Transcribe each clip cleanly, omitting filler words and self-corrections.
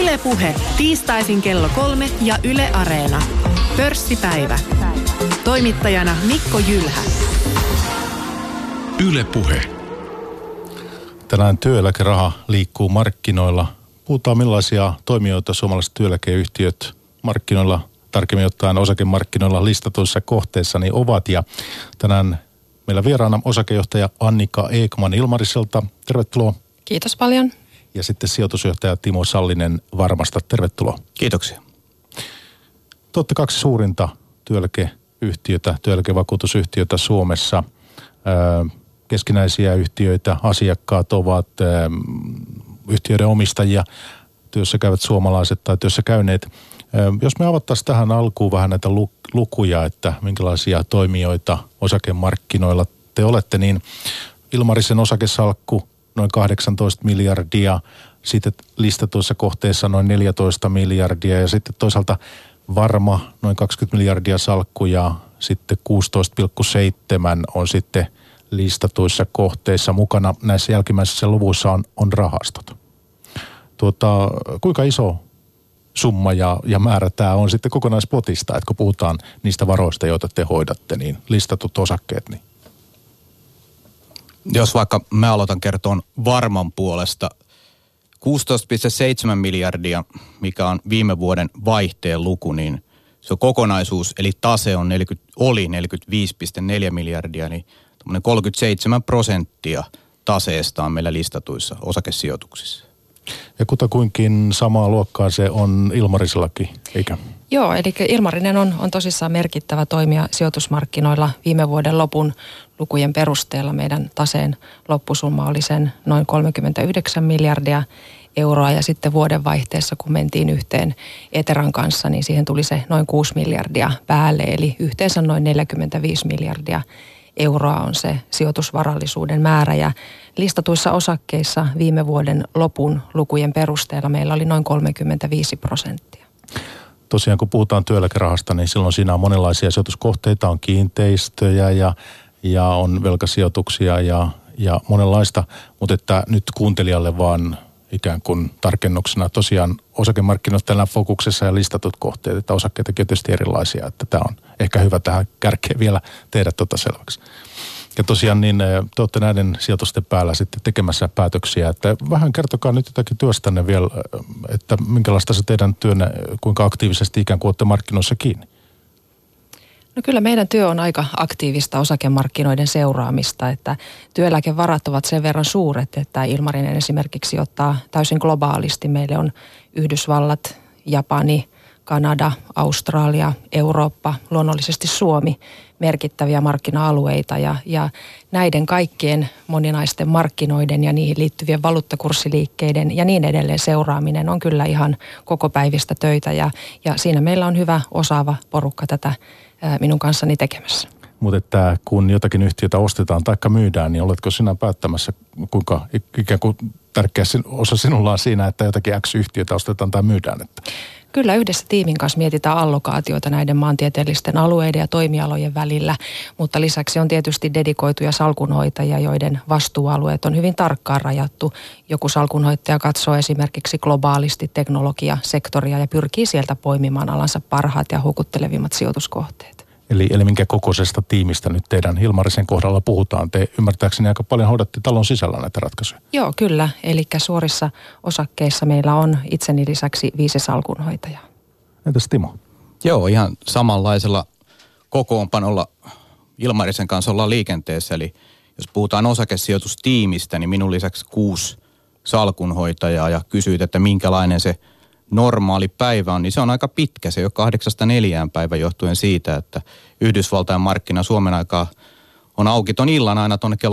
Yle Puhe, tiistaisin kello 3 ja Yle Areena. Pörssipäivä. Toimittajana Mikko Jylhä. Yle Puhe. Tänään työeläkeraha liikkuu markkinoilla. Puhutaan millaisia toimijoita suomalaiset työeläkeyhtiöt markkinoilla, tarkemmin ottaen osakemarkkinoilla listatuissa kohteissa niin ovat. Ja tänään meillä vieraana osakejohtaja Annika Ekman Ilmariselta. Tervetuloa. Kiitos paljon. Ja sitten sijoitusjohtaja Timo Sallinen Varmasta. Tervetuloa. Kiitoksia. Te olette kaksi suurinta työeläkeyhtiötä, työeläkevakuutusyhtiötä Suomessa. Keskinäisiä yhtiöitä, asiakkaat ovat yhtiöiden omistajia, työssä käyvät suomalaiset tai työssä käyneet. Jos me avattaisiin tähän alkuun vähän näitä lukuja, että minkälaisia toimijoita osakemarkkinoilla te olette, niin Ilmarisen osakesalkku noin 18 miljardia, sitten listatuissa kohteissa noin 14 miljardia ja sitten toisaalta Varma noin 20 miljardia salkku ja sitten 16,7 on sitten listatuissa kohteissa mukana. Näissä jälkimmäisissä luvuissa on rahastot. Kuinka iso summa ja määrä tämä on sitten kokonaispotista, että kun puhutaan niistä varoista, joita te hoidatte, niin listatut osakkeet, niin? Jos vaikka mä aloitan kertoa Varman puolesta, 16,7 miljardia, mikä on viime vuoden vaihteen luku, niin se kokonaisuus, eli tase oli 45,4 miljardia, niin 37% taseesta on meillä listatuissa osakesijoituksissa. Ja kutakuinkin samaa luokkaa se on Ilmarisellakin, eikä? Joo, eli Ilmarinen on tosissaan merkittävä toimija sijoitusmarkkinoilla. Viime vuoden lopun lukujen perusteella meidän taseen loppusumma oli sen noin 39 miljardia euroa ja sitten vuodenvaihteessa, kun mentiin yhteen Eteran kanssa, niin siihen tuli se noin 6 miljardia päälle, eli yhteensä noin 45 miljardia euroa on se sijoitusvarallisuuden määrä ja listatuissa osakkeissa viime vuoden lopun lukujen perusteella meillä oli noin 35%. Tosiaan kun puhutaan työeläkerahasta, niin silloin siinä on monenlaisia sijoituskohteita, on kiinteistöjä ja on velkasijoituksia ja monenlaista, mutta että nyt kuuntelijalle vaan ikään kuin tarkennuksena tosiaan osakemarkkinoilla tällä fokuksessa ja listatut kohteet, että osakkeitakin on tietysti erilaisia, että tämä on ehkä hyvä tähän kärkeen vielä tehdä selväksi. Ja tosiaan niin te olette näiden sijoitusten päällä sitten tekemässä päätöksiä, että vähän kertokaa nyt jotakin työstänne vielä, että minkälaista se teidän työnne, kuinka aktiivisesti ikään kuin olette markkinoissa kiinni? No kyllä meidän työ on aika aktiivista osakemarkkinoiden seuraamista, että työeläkevarat ovat sen verran suuret, että Ilmarinen esimerkiksi ottaa täysin globaalisti. Meille on Yhdysvallat, Japani, Kanada, Australia, Eurooppa, luonnollisesti Suomi merkittäviä markkina-alueita ja näiden kaikkien moninaisten markkinoiden ja niihin liittyvien valuuttakurssiliikkeiden ja niin edelleen seuraaminen on kyllä ihan kokopäivistä töitä ja siinä meillä on hyvä osaava porukka tätä minun kanssani tekemässä. Mutta että kun jotakin yhtiötä ostetaan tai myydään, niin oletko sinä päättämässä, kuinka ikään kuin tärkeä osa sinulla on siinä, että jotakin X-yhtiötä ostetaan tai myydään? Että? Kyllä yhdessä tiimin kanssa mietitään allokaatioita näiden maantieteellisten alueiden ja toimialojen välillä, mutta lisäksi on tietysti dedikoituja salkunhoitajia, joiden vastuualueet on hyvin tarkkaan rajattu. Joku salkunhoitaja katsoo esimerkiksi globaalisti teknologiasektoria ja pyrkii sieltä poimimaan alansa parhaat ja houkuttelevimmat sijoituskohteet. Eli minkä kokoisesta tiimistä nyt teidän Ilmarisen kohdalla puhutaan? Te ymmärtääkseni aika paljon hoidatte talon sisällä näitä ratkaisuja. Joo, kyllä. Eli suorissa osakkeissa meillä on itseni lisäksi 5 salkunhoitajaa. Entäs Timo? Joo, ihan samanlaisella kokoonpanolla Ilmarisen kanssa ollaan liikenteessä. Eli jos puhutaan osakesijoitustiimistä, niin minun lisäksi 6 salkunhoitajaa ja kysyit, että minkälainen se normaali päivä on, niin se on aika pitkä. Se ei ole 8-4 päivä johtuen siitä, että Yhdysvaltain markkina Suomen aikaa on auki ton illan aina tuonne kello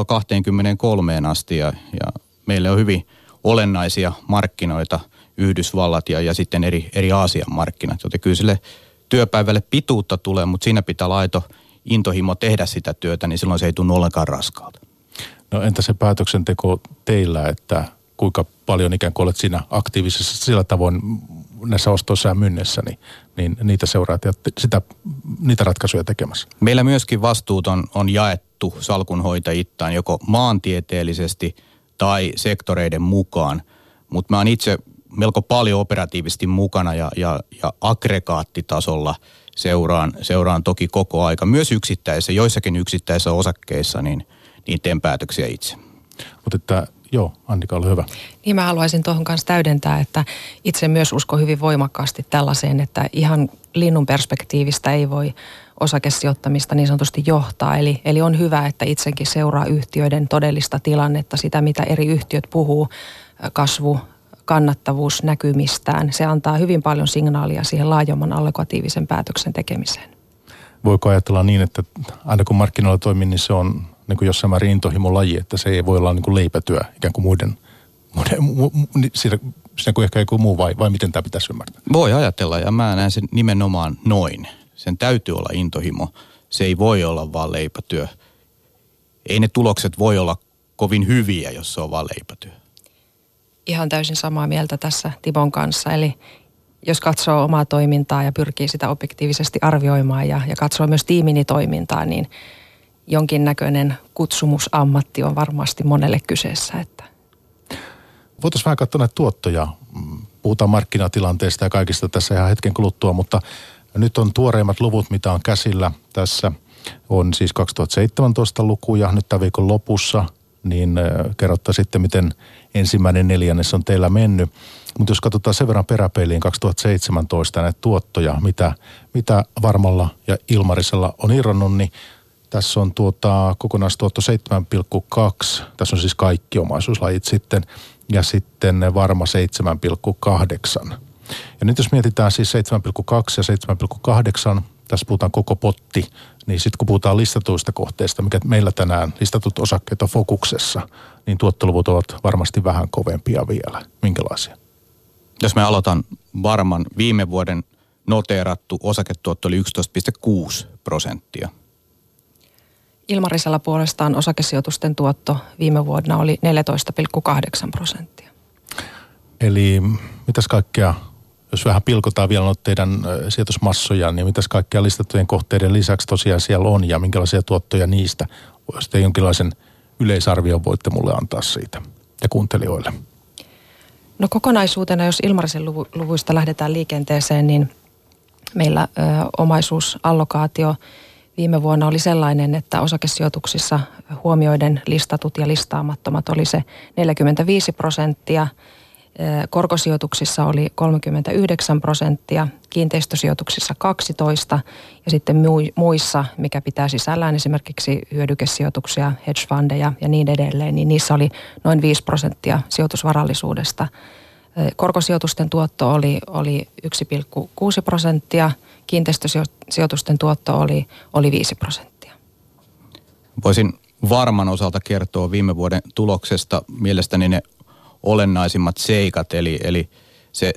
23 asti ja meille on hyvin olennaisia markkinoita Yhdysvallat ja sitten eri Aasian markkinat. Joten kyllä sille työpäivälle pituutta tulee, mutta siinä pitää olla aito intohimo tehdä sitä työtä, niin silloin se ei tunnu ollenkaan raskaalta. No entä se päätöksenteko teillä, että kuinka paljon ikään kuin olet siinä aktiivisessa sillä tavoin näissä ostoissa ja myynnissä, niin niitä seuraat ja niitä ratkaisuja tekemässä? Meillä myöskin vastuut on jaettu salkunhoitajittain joko maantieteellisesti tai sektoreiden mukaan, mutta mä oon itse melko paljon operatiivisesti mukana ja aggregaattitasolla seuraan toki koko aika. Myös joissakin yksittäisissä osakkeissa niin teen päätöksiä itse. Mutta että joo, Annika, ole hyvä. Niin mä haluaisin tuohon kanssa täydentää, että itse myös uskon hyvin voimakkaasti tällaiseen, että ihan linnun perspektiivistä ei voi osakesijoittamista niin sanotusti johtaa. Eli on hyvä, että itsekin seuraa yhtiöiden todellista tilannetta, sitä mitä eri yhtiöt puhuu, kasvu, kannattavuus näkymistään. Se antaa hyvin paljon signaalia siihen laajemman allokatiivisen päätöksen tekemiseen. Voiko ajatella niin, että aina kun markkinoilla toimii, niin se on niin kuin jossain määrin intohimolaji, että se ei voi olla niin kuin leipätyö ikään kuin muiden siinä kuin ehkä joku muu vai miten tämä pitäisi ymmärtää? Voi ajatella ja mä näen sen nimenomaan noin. Sen täytyy olla intohimo. Se ei voi olla vaan leipätyö. Ei ne tulokset voi olla kovin hyviä, jos se on vaan leipätyö. Ihan täysin samaa mieltä tässä Timon kanssa. Eli jos katsoo omaa toimintaa ja pyrkii sitä objektiivisesti arvioimaan ja katsoo myös tiimini toimintaa, niin jonkinnäköinen kutsumusammatti on varmasti monelle kyseessä. Voitaisiin vähän katsoa näitä tuottoja. Puhutaan markkinatilanteesta ja kaikista tässä ihan hetken kuluttua, mutta nyt on tuoreimmat luvut, mitä on käsillä. Tässä on siis 2017 lukuja nyt tämän viikon lopussa, niin kerrotta sitten, miten ensimmäinen neljännes on teillä mennyt. Mutta jos katsotaan sen verran peräpeiliin 2017 näitä tuottoja, mitä Varmalla ja Ilmarisella on irronnut, niin tässä on kokonaistuotto 7,2. Tässä on siis kaikki omaisuuslajit sitten. Ja sitten Varma 7,8. Ja nyt jos mietitään siis 7,2 ja 7,8, tässä puhutaan koko potti, niin sitten kun puhutaan listatuista kohteista, mikä meillä tänään listatut osakkeet on fokuksessa, niin tuottoluvut ovat varmasti vähän kovempia vielä. Minkälaisia? Jos mä aloitan Varman, viime vuoden noteerattu osaketuotto oli 11,6%. Ilmarisella puolestaan osakesijoitusten tuotto viime vuonna oli 14,8%. Eli mitäs kaikkea, jos vähän pilkotaan vielä noita teidän sijoitusmassoja, niin mitäs kaikkea listattujen kohteiden lisäksi tosiaan siellä on ja minkälaisia tuottoja niistä? Jos te jonkinlaisen yleisarvion voitte mulle antaa siitä ja kuuntelijoille. No kokonaisuutena, jos Ilmarisen luvuista lähdetään liikenteeseen, niin meillä omaisuusallokaatio viime vuonna oli sellainen, että osakesijoituksissa huomioiden listatut ja listaamattomat oli se 45%, korkosijoituksissa oli 39%, kiinteistösijoituksissa 12% ja sitten muissa, mikä pitää sisällään esimerkiksi hyödykesijoituksia, hedgefundeja ja niin edelleen, niin niissä oli noin 5% sijoitusvarallisuudesta. Korkosijoitusten tuotto oli 1,6%, kiinteistösijoitusten tuotto oli 5%. Voisin Varman osalta kertoa viime vuoden tuloksesta mielestäni ne olennaisimmat seikat, eli se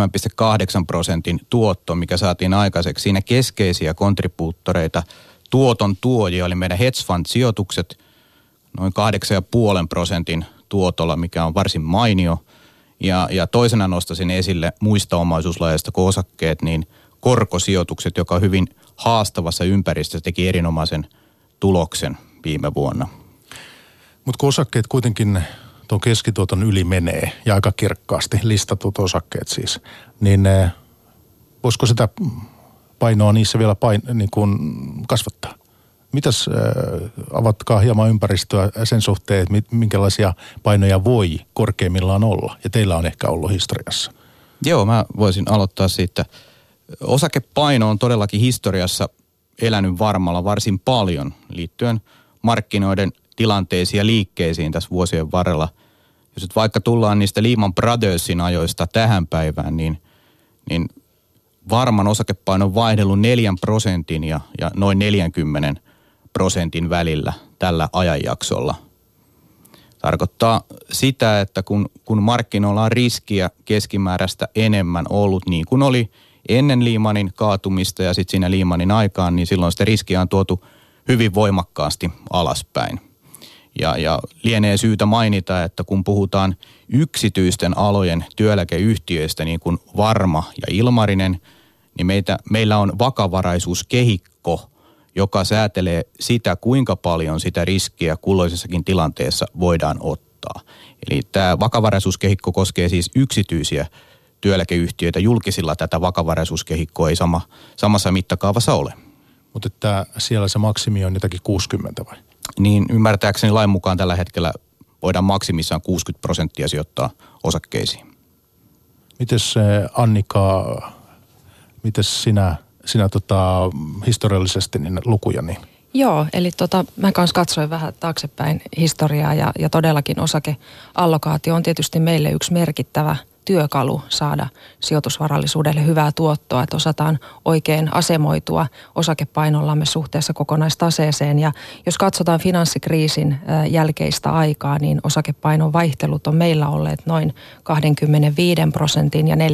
7,8% tuotto, mikä saatiin aikaiseksi, siinä keskeisiä kontribuuttoreita, tuoton tuojia oli meidän hedge fund-sijoitukset noin 8,5% tuotolla, mikä on varsin mainio. Ja toisena nostaisin esille muista omaisuuslajeista kuin osakkeet, niin korkosijoitukset, joka hyvin haastavassa ympäristössä teki erinomaisen tuloksen viime vuonna. Mutta kun osakkeet kuitenkin tuon keskituoton yli menee ja aika kirkkaasti listatut osakkeet siis, niin voisiko sitä painoa niissä vielä niin kuin kasvattaa? Mitäs avatkaa hieman ympäristöä sen suhteen, että minkälaisia painoja voi korkeimmillaan olla? Ja teillä on ehkä ollut historiassa. Joo, mä voisin aloittaa siitä. Osakepaino on todellakin historiassa elänyt Varmalla varsin paljon liittyen markkinoiden tilanteisiin ja liikkeisiin tässä vuosien varrella. Jos nyt vaikka tullaan niistä Lehman Brothersin ajoista tähän päivään, niin Varman osakepaino on vaihdellut 4% ja noin 40% välillä tällä ajanjaksolla. Tarkoittaa sitä, että kun markkinoilla on riskiä keskimääräistä enemmän ollut, niin kuin oli ennen Lehmanin kaatumista ja sitten siinä Lehmanin aikaan, niin silloin sitä riskiä on tuotu hyvin voimakkaasti alaspäin. Ja lienee syytä mainita, että kun puhutaan yksityisten alojen työeläkeyhtiöistä, niin kuin Varma ja Ilmarinen, niin meillä on vakavaraisuuskehikko, joka säätelee sitä, kuinka paljon sitä riskiä kulloisessakin tilanteessa voidaan ottaa. Eli tämä vakavaraisuuskehikko koskee siis yksityisiä työeläkeyhtiöitä. Julkisilla tätä vakavaraisuuskehikkoa ei samassa mittakaavassa ole. Mutta että siellä se maksimi on jotakin 60 vai? Niin ymmärtääkseni lain mukaan tällä hetkellä voidaan maksimissaan 60% sijoittaa osakkeisiin. Mites Annika, mites sinä historiallisesti niin lukuja niin? Joo, eli mä kanssa katsoin vähän taaksepäin historiaa ja todellakin osakeallokaatio on tietysti meille yksi merkittävä työkalu saada sijoitusvarallisuudelle hyvää tuottoa, että osataan oikein asemoitua osakepainollamme suhteessa kokonaistaseeseen. Ja jos katsotaan finanssikriisin jälkeistä aikaa, niin osakepainon vaihtelut on meillä olleet noin 25% ja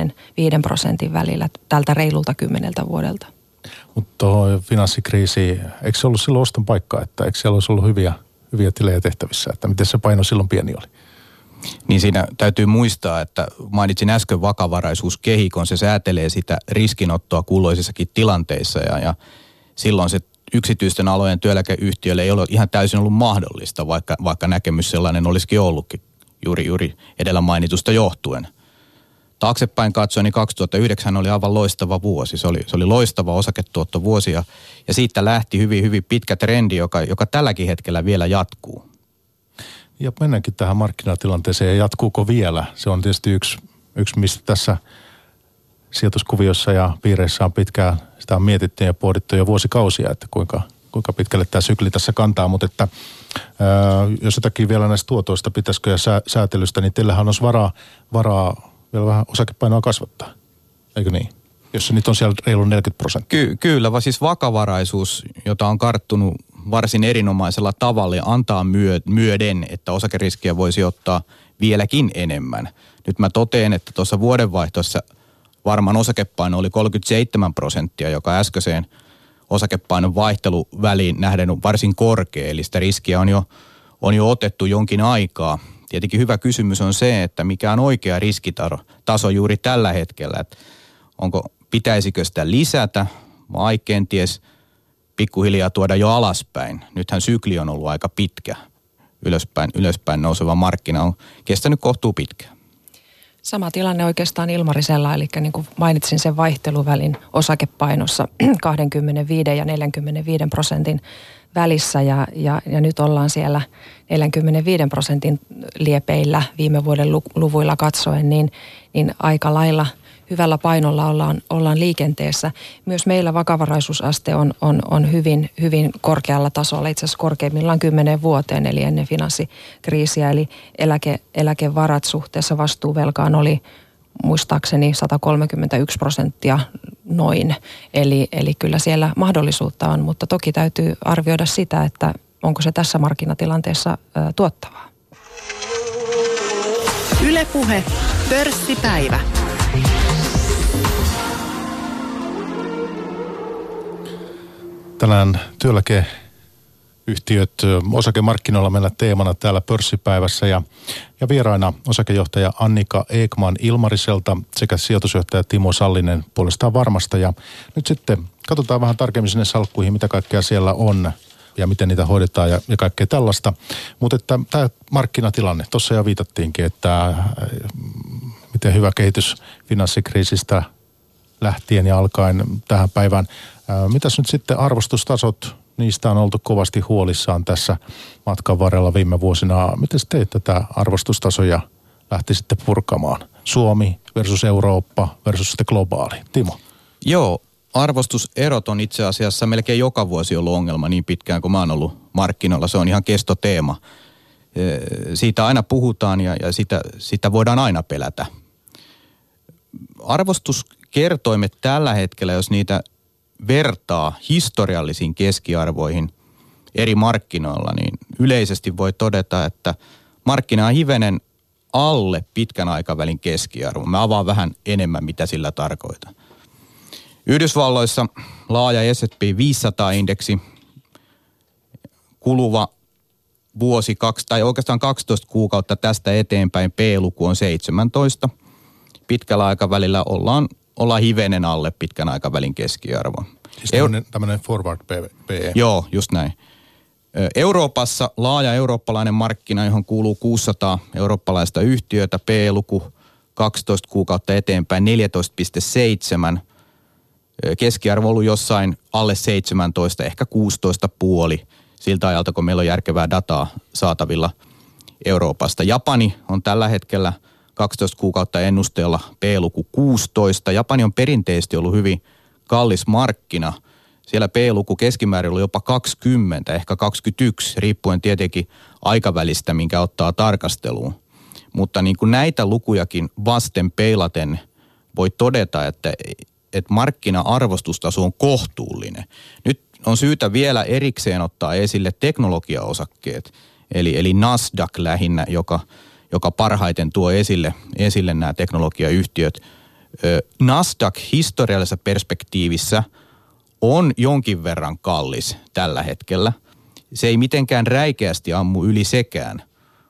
45% välillä tältä reilulta 10 vuodelta. Mutta tuohon finanssikriisiin, eikö se ollut silloin oston paikka, että eikö siellä olisi ollut hyviä tilejä tehtävissä, että miten se paino silloin pieni oli? Niin siinä täytyy muistaa, että mainitsin äsken vakavaraisuuskehikon, se säätelee sitä riskinottoa kulloisissakin tilanteissa ja silloin se yksityisten alojen työeläkeyhtiöille ei ole ihan täysin ollut mahdollista, vaikka näkemys sellainen olisikin ollutkin juuri edellä mainitusta johtuen. Taaksepäin katsoen, niin 2009 oli aivan loistava vuosi. Se oli loistava osaketuottovuosi ja siitä lähti hyvin, hyvin pitkä trendi, joka tälläkin hetkellä vielä jatkuu. Ja mennäänkin tähän markkinatilanteeseen ja jatkuuko vielä? Se on tietysti yksi mistä tässä sijoituskuviossa ja piireissä on pitkään, sitä on mietitty ja pohdittu jo vuosikausia, että kuinka pitkälle tämä sykli tässä kantaa. Mutta että jos jotakin vielä näistä tuotoista pitäisikö ja säätelystä, niin teillähän olisi varaa vielä vähän osakepainoa kasvattaa, eikö niin? Jos se nyt on siellä reilu 40%. Kyllä, vaan siis vakavaraisuus, jota on karttunut varsin erinomaisella tavalla ja antaa myöden, että osakeriskiä voisi ottaa vieläkin enemmän. Nyt mä totean, että tuossa vuodenvaihtoissa varmaan osakepaino oli 37%, joka äskeiseen osakepainon vaihteluväliin nähden on varsin korkea, eli sitä riskiä on jo otettu jonkin aikaa. Tietenkin hyvä kysymys on se, että mikä on oikea riskitaso juuri tällä hetkellä, että pitäisikö sitä lisätä vai kenties pikkuhiljaa tuoda jo alaspäin. Nythän sykli on ollut aika pitkä. Ylöspäin nouseva markkina on kestänyt kohtuu pitkään. Sama tilanne oikeastaan Ilmarisella, eli niin kuin mainitsin sen vaihteluvälin osakepainossa 25 ja 45% välissä ja nyt ollaan siellä 45% liepeillä viime vuoden luvuilla katsoen, niin aika lailla hyvällä painolla ollaan liikenteessä. Myös meillä vakavaraisuusaste on hyvin, hyvin korkealla tasolla, itse asiassa korkeimmillaan 10 vuoteen, eli ennen finanssikriisiä, eli eläkevarat suhteessa vastuuvelkaan oli muistaakseni 131% noin. Eli kyllä siellä mahdollisuutta on, mutta toki täytyy arvioida sitä, että onko se tässä markkinatilanteessa tuottavaa. Yle Puhe, pörssipäivä. Tänään työeläkeyhtiöt osakemarkkinoilla meillä teemana täällä pörssipäivässä ja vieraina osakejohtaja Annika Ekman Ilmariselta sekä sijoitusjohtaja Timo Sallinen puolestaan Varmasta. Ja nyt sitten katsotaan vähän tarkemmin sinne salkkuihin, mitä kaikkea siellä on ja miten niitä hoidetaan ja kaikkea tällaista. Mutta että tämä markkinatilanne, tuossa jo viitattiinkin, että miten hyvä kehitys finanssikriisistä lähtien ja alkaen tähän päivään. Mitäs nyt sitten arvostustasot, niistä on oltu kovasti huolissaan tässä matkan varrella viime vuosina. Miten te tätä arvostustasoja lähti sitten purkamaan? Suomi versus Eurooppa versus sitten globaali. Timo. Joo, arvostuserot on itse asiassa melkein joka vuosi ollut ongelma niin pitkään kuin mä oon ollut markkinoilla. Se on ihan kestoteema. Siitä aina puhutaan ja sitä voidaan aina pelätä. Arvostuskertoimet tällä hetkellä, jos niitä vertaa historiallisiin keskiarvoihin eri markkinoilla, niin yleisesti voi todeta, että markkina on hivenen alle pitkän aikavälin keskiarvo. Mä avaan vähän enemmän, mitä sillä tarkoitan. Yhdysvalloissa laaja S&P 500-indeksi, kuluva vuosi tai oikeastaan 12 kuukautta tästä eteenpäin P-luku on 17. Pitkällä aikavälillä ollaan hivenen alle pitkän aikavälin keskiarvon. Siis tämmöinen forward PE. Joo, just näin. Euroopassa laaja eurooppalainen markkina, johon kuuluu 600 eurooppalaista yhtiötä, PE-luku 12 kuukautta eteenpäin 14,7. Keskiarvo on ollut jossain alle 17, ehkä 16,5 siltä ajalta, kun meillä on järkevää dataa saatavilla Euroopasta. Japani on tällä hetkellä 12 kuukautta ennusteella P-luku 16. Japani on perinteisesti ollut hyvin kallis markkina. Siellä P-luku keskimäärin oli jopa 20, ehkä 21, riippuen tietenkin aikavälistä, minkä ottaa tarkasteluun. Mutta niin kuin näitä lukujakin vasten peilaten voi todeta, että markkina-arvostustaso on kohtuullinen. Nyt on syytä vielä erikseen ottaa esille teknologiaosakkeet, eli Nasdaq lähinnä, joka parhaiten tuo esille nämä teknologiayhtiöt. Nasdaq historiallisessa perspektiivissä on jonkin verran kallis tällä hetkellä. Se ei mitenkään räikeästi ammu yli sekään,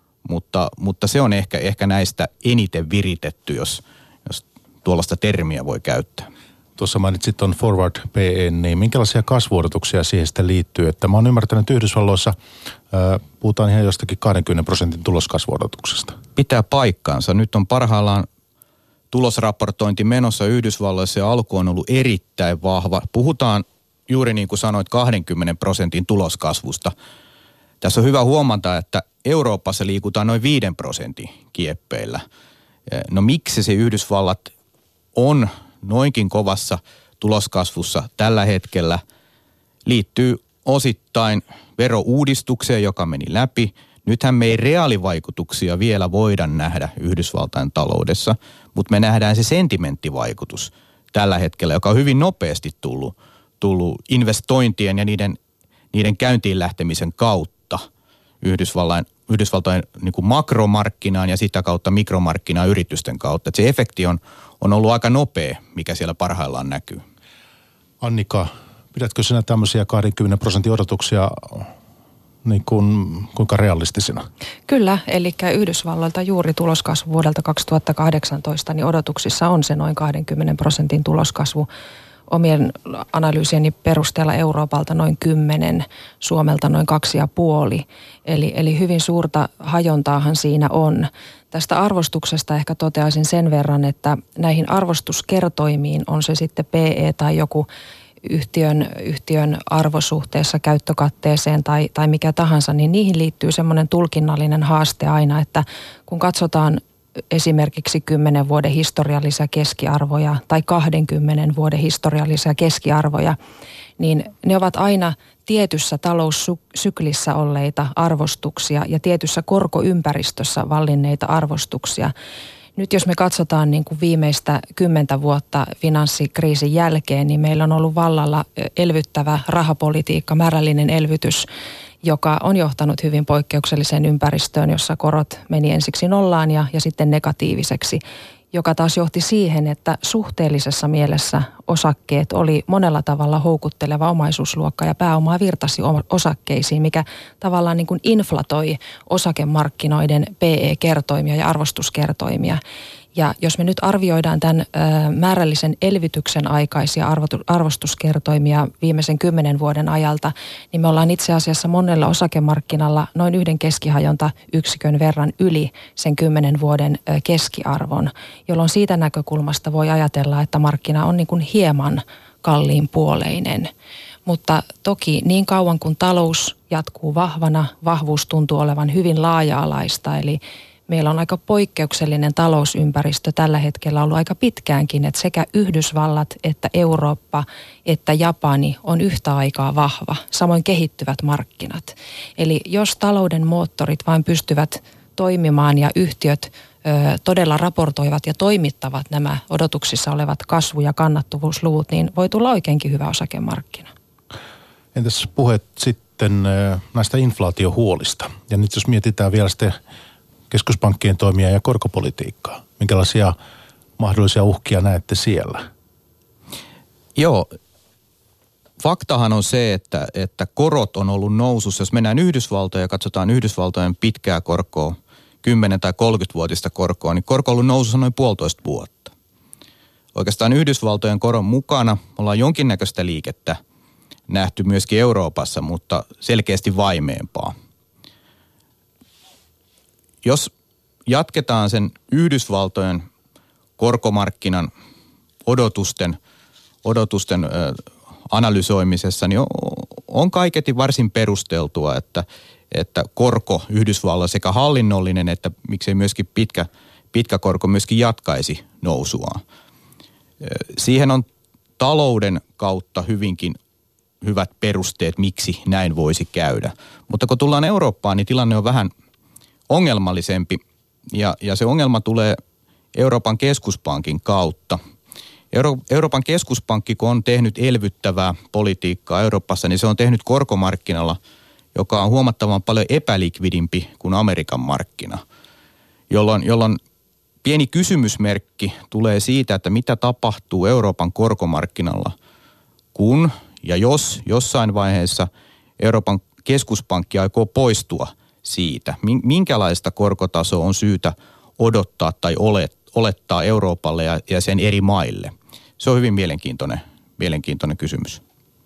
mutta se on ehkä näistä eniten viritetty, jos tuollaista termiä voi käyttää. Tuossa mainitsit tuon forward PE, niin minkälaisia kasvuodotuksia siihen sitten liittyy? Että mä oon ymmärtänyt, että Yhdysvalloissa puhutaan ihan jostakin 20% tuloskasvuodotuksesta. Pitää paikkaansa. Nyt on parhaillaan tulosraportointi menossa Yhdysvalloissa ja alku on ollut erittäin vahva. Puhutaan juuri niin kuin sanoit 20% tuloskasvusta. Tässä on hyvä huomata, että Euroopassa liikutaan noin 5% kieppeillä. No miksi se Yhdysvallat on noinkin kovassa tuloskasvussa tällä hetkellä, liittyy osittain verouudistukseen, joka meni läpi. Nythän me ei reaalivaikutuksia vielä voida nähdä Yhdysvaltain taloudessa, mutta me nähdään se sentimenttivaikutus tällä hetkellä, joka on hyvin nopeasti tullut investointien ja niiden käyntiin lähtemisen kautta Yhdysvaltain niin kuin makromarkkinaan ja sitä kautta mikromarkkinaan yritysten kautta. Et se efekti on ollut aika nopea, mikä siellä parhaillaan näkyy. Annika, pidätkö sinä tämmöisiä 20% odotuksia niin kuinka realistisina? Kyllä, eli Yhdysvalloilta juuri tuloskasvu vuodelta 2018, niin odotuksissa on se noin 20% tuloskasvu. Omien analyysieni perusteella Euroopalta noin 10, Suomelta noin 2,5. Eli hyvin suurta hajontaahan siinä on. Tästä arvostuksesta ehkä toteaisin sen verran, että näihin arvostuskertoimiin, on se sitten PE tai joku yhtiön arvosuhteessa käyttökatteeseen tai mikä tahansa, niin niihin liittyy semmoinen tulkinnallinen haaste aina, että kun katsotaan esimerkiksi 10 vuoden historiallisia keskiarvoja tai 20 vuoden historiallisia keskiarvoja, niin ne ovat aina tietyssä taloussyklissä olleita arvostuksia ja tietyssä korkoympäristössä vallinneita arvostuksia. Nyt jos me katsotaan niin kuin viimeistä 10 vuotta finanssikriisin jälkeen, niin meillä on ollut vallalla elvyttävä rahapolitiikka, määrällinen elvytys, joka on johtanut hyvin poikkeukselliseen ympäristöön, jossa korot meni ensiksi nollaan ja sitten negatiiviseksi, joka taas johti siihen, että suhteellisessa mielessä osakkeet oli monella tavalla houkutteleva omaisuusluokka ja pääomaa virtasi osakkeisiin, mikä tavallaan niin kuin inflatoi osakemarkkinoiden PE-kertoimia ja arvostuskertoimia. Ja jos me nyt arvioidaan tämän määrällisen elvytyksen aikaisia arvostuskertoimia viimeisen 10 vuoden ajalta, niin me ollaan itse asiassa monella osakemarkkinalla noin yhden keskihajontayksikön verran yli sen 10 vuoden keskiarvon, jolloin siitä näkökulmasta voi ajatella, että markkina on niin kuin hieman kalliinpuoleinen. Mutta toki niin kauan kuin talous jatkuu vahvana, vahvuus tuntuu olevan hyvin laaja-alaista, eli meillä on aika poikkeuksellinen talousympäristö tällä hetkellä ollut aika pitkäänkin, että sekä Yhdysvallat että Eurooppa että Japani on yhtä aikaa vahva, samoin kehittyvät markkinat. Eli jos talouden moottorit vain pystyvät toimimaan ja yhtiöt todella raportoivat ja toimittavat nämä odotuksissa olevat kasvu- ja kannattavuusluvut, niin voi tulla oikeinkin hyvä osakemarkkina. Entäs puheet sitten näistä inflaatiohuolista? Ja nyt jos mietitään vielä sitten keskuspankkien toimia ja korkopolitiikkaa. Minkälaisia mahdollisia uhkia näette siellä? Joo, faktahan on se, että korot on ollut nousussa. Jos mennään Yhdysvaltoja ja katsotaan Yhdysvaltojen pitkää korkoa, 10 tai 30-vuotista korkoa, niin korko on ollut nousussa noin 1,5 vuotta. Oikeastaan Yhdysvaltojen koron mukana ollaan jonkinnäköistä liikettä nähty myöskin Euroopassa, mutta selkeästi vaimeempaa. Jos jatketaan sen Yhdysvaltojen korkomarkkinan odotusten analysoimisessa, niin on kaiketi varsin perusteltua, että korko Yhdysvalloilla sekä hallinnollinen että miksei myöskin pitkä korko myöskin jatkaisi nousuaan. Siihen on talouden kautta hyvinkin hyvät perusteet, miksi näin voisi käydä. Mutta kun tullaan Eurooppaan, niin tilanne on vähän ongelmallisempi ja se ongelma tulee Euroopan keskuspankin kautta. Euroopan keskuspankki, kun on tehnyt elvyttävää politiikkaa Euroopassa, niin se on tehnyt korkomarkkinalla, joka on huomattavan paljon epälikvidimpi kuin Amerikan markkina, jolloin pieni kysymysmerkki tulee siitä, että mitä tapahtuu Euroopan korkomarkkinalla, kun ja jos jossain vaiheessa Euroopan keskuspankki aikoo poistua siitä. Minkälaista korkotasoa on syytä odottaa tai olettaa Euroopalle ja sen eri maille? Se on hyvin mielenkiintoinen kysymys.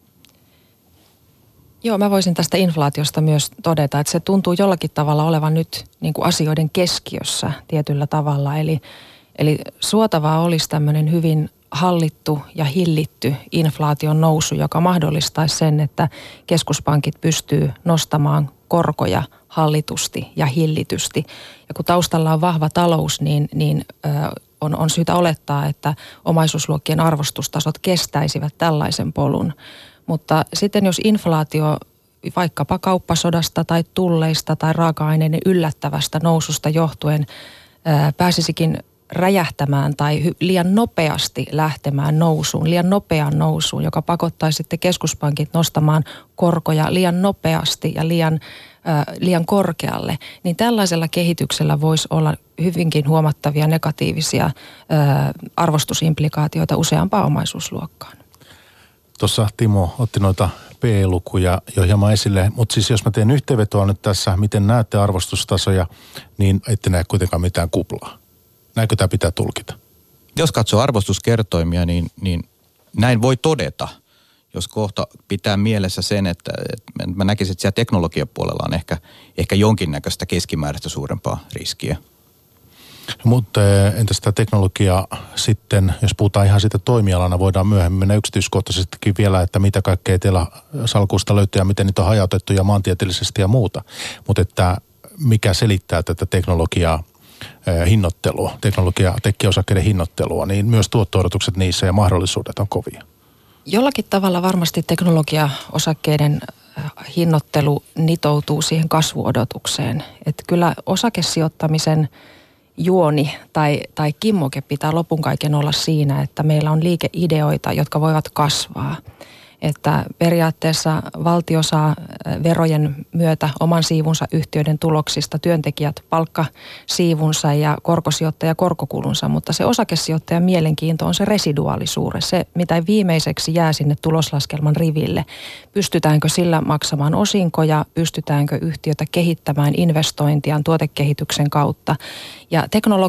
Joo, mä voisin tästä inflaatiosta myös todeta, että se tuntuu jollakin tavalla olevan nyt niin kuin asioiden keskiössä tietyllä tavalla. Eli suotavaa olisi tämmöinen hyvin hallittu ja hillitty inflaation nousu, joka mahdollistaisi sen, että keskuspankit pystyy nostamaan korkoja hallitusti ja hillitysti. Ja kun taustalla on vahva talous, niin on syytä olettaa, että omaisuusluokkien arvostustasot kestäisivät tällaisen polun. Mutta sitten jos inflaatio vaikkapa kauppasodasta tai tulleista tai raaka-aineiden yllättävästä noususta johtuen pääsisikin räjähtämään tai liian nopeasti lähtemään nousuun, liian nopeaan nousuun, joka pakottaisi sitten keskuspankit nostamaan korkoja liian nopeasti ja liian korkealle, niin tällaisella kehityksellä voisi olla hyvinkin huomattavia negatiivisia arvostusimplikaatioita useampaan omaisuusluokkaan. Tuossa Timo otti noita PE-lukuja jo hieman esille, mutta siis jos mä teen yhteenvetoa nyt tässä, miten näette arvostustasoja, niin ette näe kuitenkaan mitään kuplaa. Näinkö tämä pitää tulkita? Jos katsoo arvostuskertoimia, niin näin voi todeta, jos kohta pitää mielessä sen, että mä näkisin, että siellä teknologiapuolella on ehkä jonkinnäköistä keskimääräistä suurempaa riskiä. Mutta entäs tämä teknologia sitten, jos puhutaan ihan siitä toimialana, voidaan myöhemmin mennä yksityiskohtaisestikin vielä, että mitä kaikkea teillä salkusta löytyy ja miten niitä on hajautettu ja maantieteellisesti ja muuta. Mutta että mikä selittää tätä teknologiaa, hinnoittelua, tekkiosakkeiden hinnoittelua, niin myös tuotto-odotukset niissä ja mahdollisuudet on kovia. Jollakin tavalla varmasti teknologiaosakkeiden hinnoittelu nitoutuu siihen kasvuodotukseen. Että kyllä osakesijoittamisen juoni tai kimmoke pitää lopun kaiken olla siinä, että meillä on liikeideoita, jotka voivat kasvaa. Että periaatteessa valtio saa verojen myötä oman siivunsa yhtiöiden tuloksista, työntekijät palkkasiivunsa ja korkosijoittaja korkokulunsa, mutta se osakesijoittajan mielenkiinto on se residuaalisuus, se mitä viimeiseksi jää sinne tuloslaskelman riville. Pystytäänkö sillä maksamaan osinkoja, pystytäänkö yhtiötä kehittämään investointiaan tuotekehityksen kautta. Ja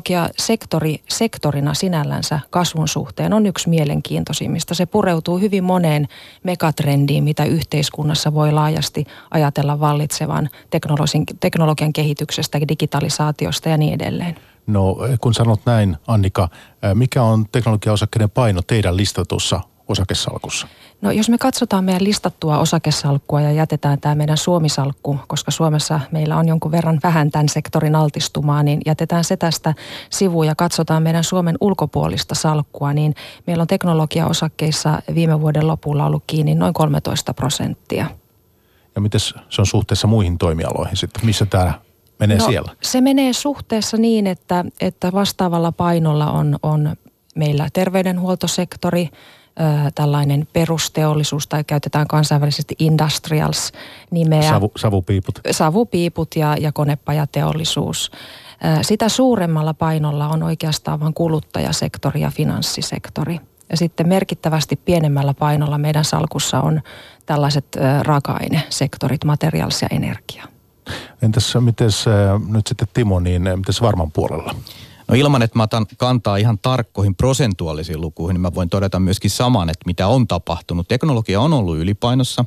teknologiasektorina sinällänsä kasvun suhteen on yksi mielenkiintoisimmista. Se pureutuu hyvin moneen megatrendiin, mitä yhteiskunnassa voi laajasti ajatella vallitsevan teknologian kehityksestä, digitalisaatiosta ja niin edelleen. No kun sanot näin, Annika, mikä on teknologiaosakkeiden paino teidän listatussa osakesalkussa? No jos me katsotaan meidän listattua osakesalkkua ja jätetään tämä meidän Suomi-salkku, koska Suomessa meillä on jonkun verran vähän tämän sektorin altistumaa, niin jätetään se tästä sivuun ja katsotaan meidän Suomen ulkopuolista salkkua, niin meillä on teknologiaosakkeissa viime vuoden lopulla ollut kiinni noin 13%. Ja miten se on suhteessa muihin toimialoihin sitten? Missä tämä menee siellä? Se menee suhteessa niin, että vastaavalla painolla on meillä terveydenhuoltosektori, tällainen perusteollisuus tai käytetään kansainvälisesti industrials-nimeä. Savupiiput ja konepajateollisuus. Sitä suuremmalla painolla on oikeastaan vain kuluttajasektori ja finanssisektori. Ja sitten merkittävästi pienemmällä painolla meidän salkussa on tällaiset raaka-ainesektorit, materiaalis ja energia. Entäs mites nyt sitten Timo, niin mites varman puolella? No ilman, että mä otan kantaa ihan tarkkoihin prosentuaalisiin lukuihin, niin mä voin todeta myöskin saman, että mitä on tapahtunut. Teknologia on ollut ylipainossa,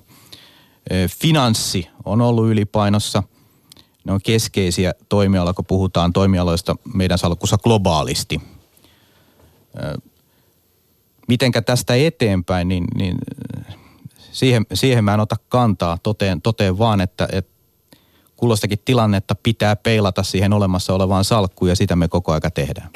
finanssi on ollut ylipainossa. Ne on keskeisiä toimialoja, kun puhutaan toimialoista meidän salkussa globaalisti. Mitenkä tästä eteenpäin, niin siihen mä en ota kantaa. Toteen vaan, että kullastakin tilannetta pitää peilata siihen olemassa olevaan salkkuun ja sitä me koko aika tehdään.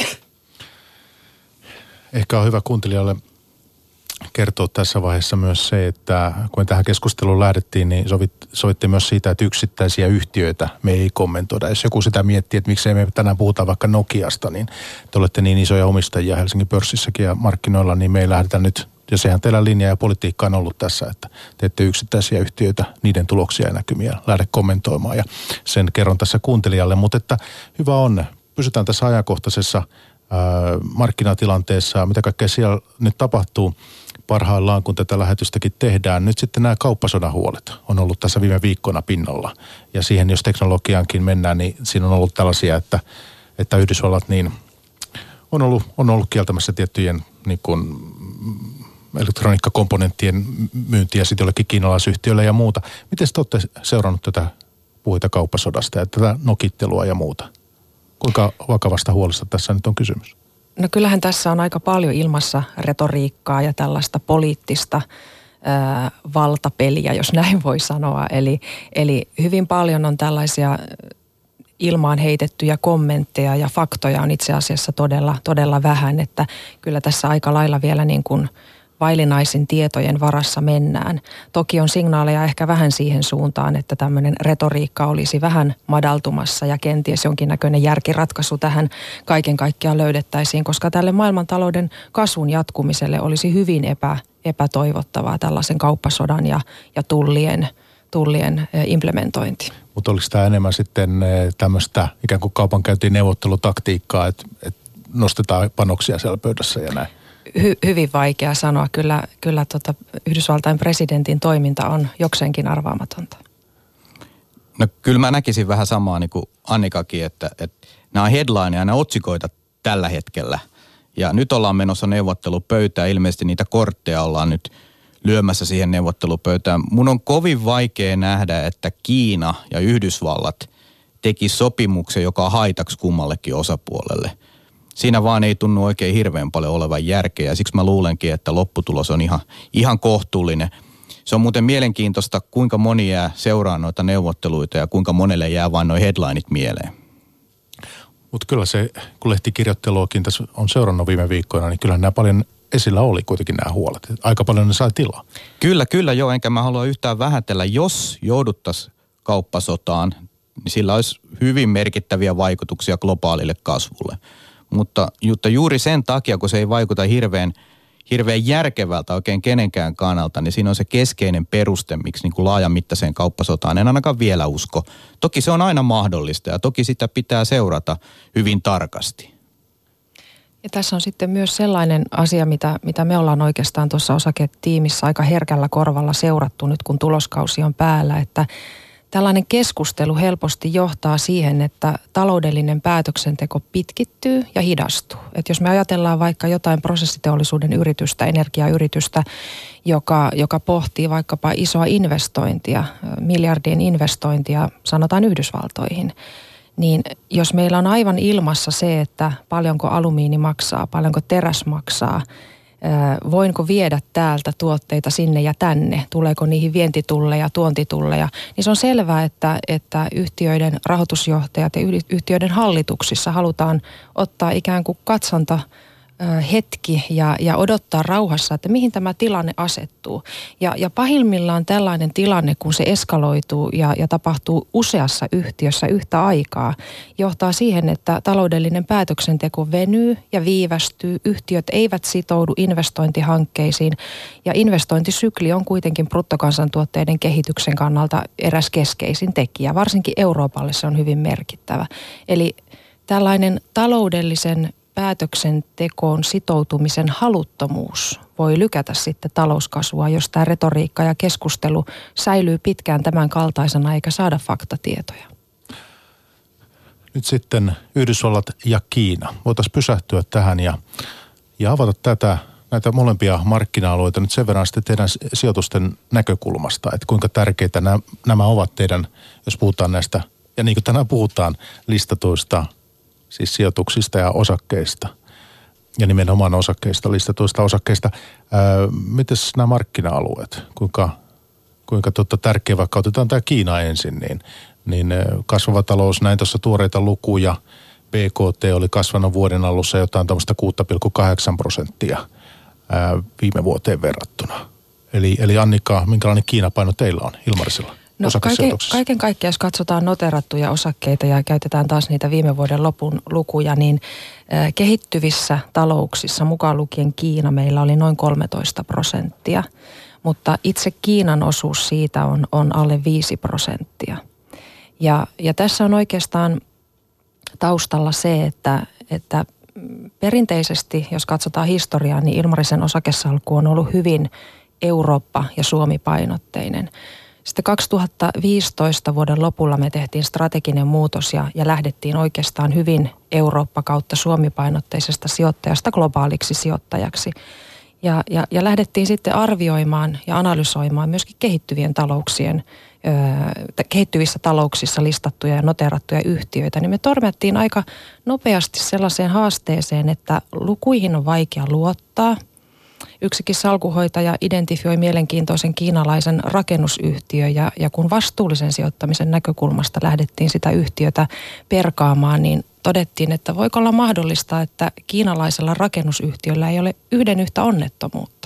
Ehkä on hyvä kuuntelijalle kertoa tässä vaiheessa myös se, että kun me tähän keskusteluun lähdettiin, niin sovittiin myös siitä, että yksittäisiä yhtiöitä me ei kommentoida. Jos joku sitä miettii, että miksei me tänään puhutaan vaikka Nokiasta, niin te olette niin isoja omistajia Helsingin pörssissäkin ja markkinoilla, niin me ei lähdetä nyt, ja sehän teillä linja ja politiikka on ollut tässä, että teette yksittäisiä yhtiöitä, niiden tuloksia ja näkymiä lähde kommentoimaan ja sen kerron tässä kuuntelijalle, mutta että hyvä on, pysytään tässä ajankohtaisessa markkinatilanteessa, mitä kaikkea siellä nyt tapahtuu parhaillaan, kun tätä lähetystäkin tehdään. Nyt sitten nämä kauppasodan huolet on ollut tässä viime viikkoina pinnalla. Ja siihen, jos teknologiaankin mennään, niin siinä on ollut tällaisia, että Yhdysvallat niin on ollut kieltämässä tiettyjen niin kuin elektroniikkakomponenttien myyntiä sitten jollekin kiinalaisyhtiöille ja muuta. Miten te olette seurannut tätä puheita kauppasodasta ja tätä nokittelua ja muuta? Kuinka vakavasta huolesta tässä nyt on kysymys? No kyllähän tässä on aika paljon ilmassa retoriikkaa ja tällaista poliittista valtapeliä, jos näin voi sanoa. Eli hyvin paljon on tällaisia ilmaan heitettyjä kommentteja ja faktoja on itse asiassa todella vähän, että kyllä tässä aika lailla vielä niin kuin vaillinaisin tietojen varassa mennään. Toki on signaaleja ehkä vähän siihen suuntaan, että tämmöinen retoriikka olisi vähän madaltumassa ja kenties jonkinnäköinen järkiratkaisu tähän kaiken kaikkiaan löydettäisiin, koska tälle maailmantalouden kasvun jatkumiselle olisi hyvin epätoivottavaa tällaisen kauppasodan ja tullien implementointi. Mutta oliko tämä enemmän sitten tämmöistä ikään kuin kaupankäyntiin neuvottelutaktiikkaa, että nostetaan panoksia siellä pöydässä ja näin? Hyvin vaikea sanoa. Kyllä Yhdysvaltain presidentin toiminta on jokseenkin arvaamatonta. No kyllä mä näkisin vähän samaa niin kuin Annikakin, että nämä on headlineja, nämä otsikoita tällä hetkellä. Ja nyt ollaan menossa neuvottelupöytään. Ilmeisesti niitä kortteja ollaan nyt lyömässä siihen neuvottelupöytään. Mun on kovin vaikea nähdä, että Kiina ja Yhdysvallat teki sopimuksen, joka on haitaksi kummallekin osapuolelle. Siinä vaan ei tunnu oikein hirveän paljon olevan järkeä ja siksi mä luulenkin, että lopputulos on ihan kohtuullinen. Se on muuten mielenkiintoista, kuinka moni jää seuraa noita neuvotteluita ja kuinka monelle jää vain nuo headlineit mieleen. Mutta kyllä se, kun lehtikirjoitteluakin tässä on seurannut viime viikkoina, niin kyllähän nämä paljon esillä oli kuitenkin nämä huolet. Aika paljon ne sai tilaa. Kyllä joo, enkä mä halua yhtään vähätellä. Jos jouduttaisiin kauppasotaan, niin sillä olisi hyvin merkittäviä vaikutuksia globaalille kasvulle. Mutta juuri sen takia, kun se ei vaikuta hirveän järkevältä oikein kenenkään kannalta, niin siinä on se keskeinen peruste, miksi niin kuin laajamittaiseen kauppasotaan en ainakaan vielä usko. Toki se on aina mahdollista ja toki sitä pitää seurata hyvin tarkasti. Ja tässä on sitten myös sellainen asia, mitä me ollaan oikeastaan tuossa osaketiimissä aika herkällä korvalla seurattu nyt, kun tuloskausi on päällä, että tällainen keskustelu helposti johtaa siihen, että taloudellinen päätöksenteko pitkittyy ja hidastuu. Että jos me ajatellaan vaikka jotain prosessiteollisuuden yritystä, energiayritystä, joka pohtii vaikkapa isoa investointia, miljardien investointia, sanotaan Yhdysvaltoihin, niin jos meillä on aivan ilmassa se, että paljonko alumiini maksaa, paljonko teräs maksaa, voinko viedä täältä tuotteita sinne ja tänne, tuleeko niihin vientitulleja, tuontitulleja, niin se on selvää, että yhtiöiden rahoitusjohtajat ja yhtiöiden hallituksissa halutaan ottaa ikään kuin katsonta hetki ja odottaa rauhassa, että mihin tämä tilanne asettuu. Ja pahimmillaan tällainen tilanne, kun se eskaloituu ja tapahtuu useassa yhtiössä yhtä aikaa, johtaa siihen, että taloudellinen päätöksenteko venyy ja viivästyy. Yhtiöt eivät sitoudu investointihankkeisiin ja investointisykli on kuitenkin bruttokansantuotteiden kehityksen kannalta eräs keskeisin tekijä. Varsinkin Euroopalle se on hyvin merkittävä. Eli tällainen taloudellisen päätöksentekoon sitoutumisen haluttomuus voi lykätä sitten talouskasvua, jos tämä retoriikka ja keskustelu säilyy pitkään tämän kaltaisena eikä saada faktatietoja. Nyt sitten Yhdysvallat ja Kiina. Voitaisiin pysähtyä tähän ja avata näitä molempia markkina-alueita nyt sen verran sitten teidän sijoitusten näkökulmasta, että kuinka tärkeitä nämä ovat teidän, jos puhutaan näistä, ja niin kuin tänään puhutaan, listatuista siis sijoituksista ja osakkeista. ja nimenomaan osakkeista, listatuista osakkeista. Mites nämä markkina-alueet? Kuinka tärkeä, vaikka otetaan tämä Kiina ensin, niin kasvava talous, näin tuossa tuoreita lukuja. BKT oli kasvanut vuoden alussa jotain tämmöistä 6,8% viime vuoteen verrattuna. Eli Annika, minkälainen Kiina-paino teillä on Ilmarisella? No kaiken kaikkiaan, jos katsotaan noterattuja osakkeita ja käytetään taas niitä viime vuoden lopun lukuja, niin kehittyvissä talouksissa, mukaan lukien Kiina, meillä oli noin 13%, mutta itse Kiinan osuus siitä on alle 5%. Ja tässä on oikeastaan taustalla se, että perinteisesti, jos katsotaan historiaa, niin Ilmarisen osakesalkku on ollut hyvin Eurooppa- ja Suomi-painotteinen. Sitten 2015 vuoden lopulla me tehtiin strateginen muutos ja lähdettiin oikeastaan hyvin Eurooppa kautta Suomi-painotteisesta sijoittajasta globaaliksi sijoittajaksi. Ja lähdettiin sitten arvioimaan ja analysoimaan myöskin kehittyvissä talouksissa listattuja ja noteerattuja yhtiöitä, niin me tormattiin aika nopeasti sellaiseen haasteeseen, että lukuihin on vaikea luottaa. Yksikin salkuhoitaja identifioi mielenkiintoisen kiinalaisen rakennusyhtiön ja kun vastuullisen sijoittamisen näkökulmasta lähdettiin sitä yhtiötä perkaamaan, niin todettiin, että voiko olla mahdollista, että kiinalaisella rakennusyhtiöllä ei ole yhden yhtä onnettomuutta.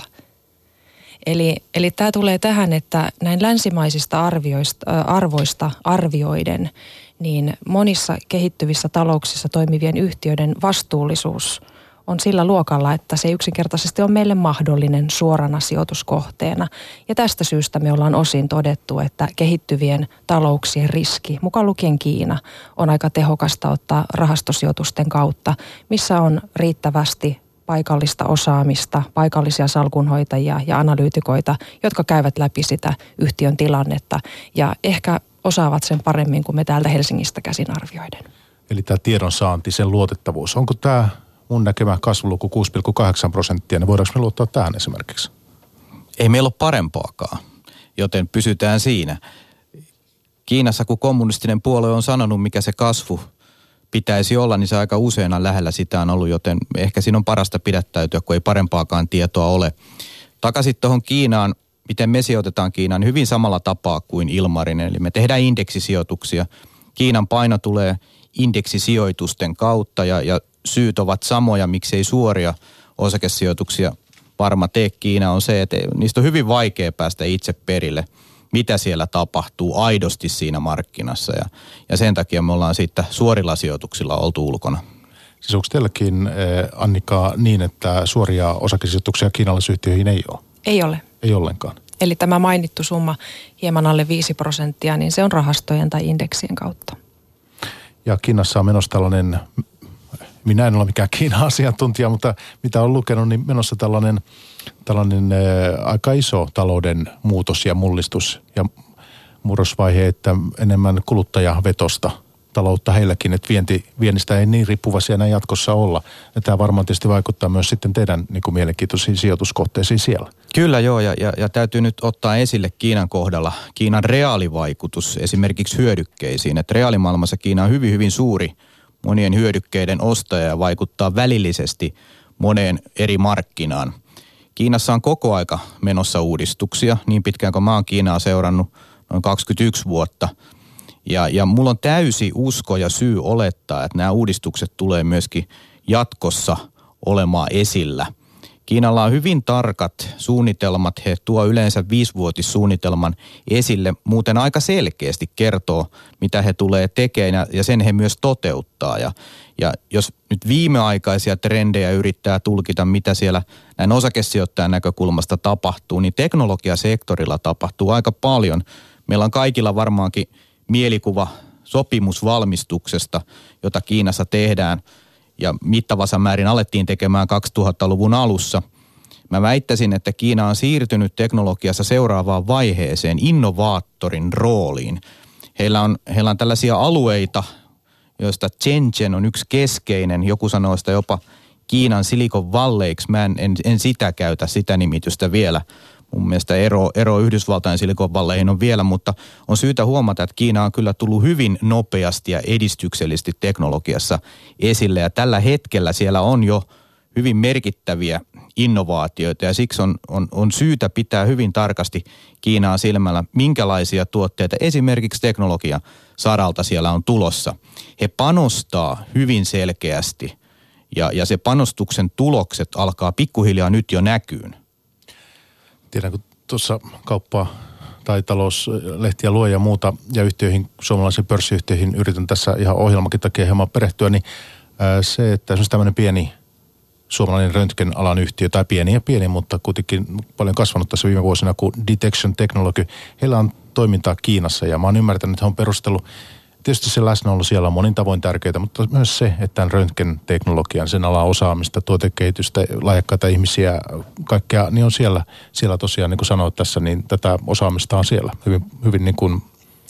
Eli tämä tulee tähän, että näin länsimaisista arvoista arvioiden, niin monissa kehittyvissä talouksissa toimivien yhtiöiden vastuullisuus on sillä luokalla, että se yksinkertaisesti on meille mahdollinen suorana sijoituskohteena. Ja tästä syystä me ollaan osin todettu, että kehittyvien talouksien riski, mukaan lukien Kiina, on aika tehokasta ottaa rahastosijoitusten kautta, missä on riittävästi paikallista osaamista, paikallisia salkunhoitajia ja analyytikoita, jotka käyvät läpi sitä yhtiön tilannetta ja ehkä osaavat sen paremmin kuin me täältä Helsingistä käsin arvioiden. Eli tämä tiedonsaanti, sen luotettavuus, onko tämä mun näkemä kasvuluku 6,8%, niin voidaanko me luottaa tähän esimerkiksi? Ei meillä ole parempaakaan, joten pysytään siinä. Kiinassa, kun kommunistinen puolue on sanonut, mikä se kasvu pitäisi olla, niin se aika usein lähellä sitä on ollut, joten ehkä siinä on parasta pidättäytyä, kun ei parempaakaan tietoa ole. Takaisin tuohon Kiinaan, miten me sijoitetaan Kiinaan, niin hyvin samalla tapaa kuin Ilmarinen. Eli me tehdään indeksisijoituksia. Kiinan paino tulee indeksisijoitusten kautta ja syyt ovat samoja, miksei suoria osakesijoituksia varma tee Kiina on se, että niistä on hyvin vaikea päästä itse perille, mitä siellä tapahtuu aidosti siinä markkinassa ja sen takia me ollaan siitä suorilla sijoituksilla oltu ulkona. Siis onko teilläkin, Annika, niin, että suoria osakesijoituksia kiinalaisyhtiöihin ei ole? Ei ole. Ei ollenkaan. Eli tämä mainittu summa hieman alle 5%, niin se on rahastojen tai indeksien kautta. Ja Kiinassa on menossa tällainen, minä en ole mikään Kiina-asiantuntija, mutta mitä olen lukenut, niin menossa tällainen aika iso talouden muutos ja mullistus ja murrosvaihe, että enemmän kuluttajavetosta taloutta heilläkin, että viennistä ei niin riippuvaisia enää jatkossa olla. Ja tämä varmaan tietysti vaikuttaa myös sitten teidän niin kuin mielenkiintoisiin sijoituskohteisiin siellä. Kyllä joo, ja täytyy nyt ottaa esille Kiinan kohdalla Kiinan reaalivaikutus esimerkiksi hyödykkeisiin. Että reaalimaailmassa Kiina on hyvin, hyvin suuri monien hyödykkeiden ostaja ja vaikuttaa välillisesti moneen eri markkinaan. Kiinassa on koko aika menossa uudistuksia, niin pitkään kuin mä oon Kiinaa seurannut noin 21 vuotta. Ja mulla on täysi usko ja syy olettaa, että nämä uudistukset tulee myöskin jatkossa olemaan esillä. Kiinalla on hyvin tarkat suunnitelmat. He tuo yleensä 5-vuotissuunnitelman esille. Muuten aika selkeästi kertoo, mitä he tulee tekemään ja sen he myös toteuttaa. Ja jos nyt viimeaikaisia trendejä yrittää tulkita, mitä siellä näin osakesijoittajan näkökulmasta tapahtuu, niin teknologiasektorilla tapahtuu aika paljon. Meillä on kaikilla varmaankin mielikuva sopimusvalmistuksesta, jota Kiinassa tehdään ja mittavassa määrin alettiin tekemään 2000-luvun alussa. Mä väittäisin, että Kiina on siirtynyt teknologiassa seuraavaan vaiheeseen, innovaattorin rooliin. Heillä on tällaisia alueita, joista Shenzhen on yksi keskeinen, joku sanoo sitä jopa Kiinan Silicon Valleyksi. Mä en sitä käytä, sitä nimitystä vielä. Mun mielestä ero Yhdysvaltain Silicon Valleyhin on vielä, mutta on syytä huomata, että Kiina on kyllä tullut hyvin nopeasti ja edistyksellisesti teknologiassa esille. Ja tällä hetkellä siellä on jo hyvin merkittäviä innovaatioita ja siksi on syytä pitää hyvin tarkasti Kiinaa silmällä, minkälaisia tuotteita esimerkiksi teknologian saralta siellä on tulossa. He panostaa hyvin selkeästi ja se panostuksen tulokset alkaa pikkuhiljaa nyt jo näkyyn. Tiedän, kun tuossa kauppaa tai talouslehtiä luo ja muuta ja yhtiöihin, suomalaisiin pörssiyhtiöihin yritän tässä ihan ohjelmakin takia hieman perehtyä, niin se, että esimerkiksi tämmöinen pieni suomalainen röntgenalan yhtiö, tai pieni, mutta kuitenkin paljon kasvanut tässä viime vuosina kuin Detection Technology, heillä on toimintaa Kiinassa ja mä oon ymmärtänyt, että he on perustellut, tietysti se läsnäolo siellä on monin tavoin tärkeää, mutta myös se, että tämän röntgen-teknologian, sen alan osaamista, tuotekehitystä, lahjakkaita ihmisiä, kaikkea, niin on siellä tosiaan, niin kuin sanoit tässä, niin tätä osaamista on siellä hyvin niin kuin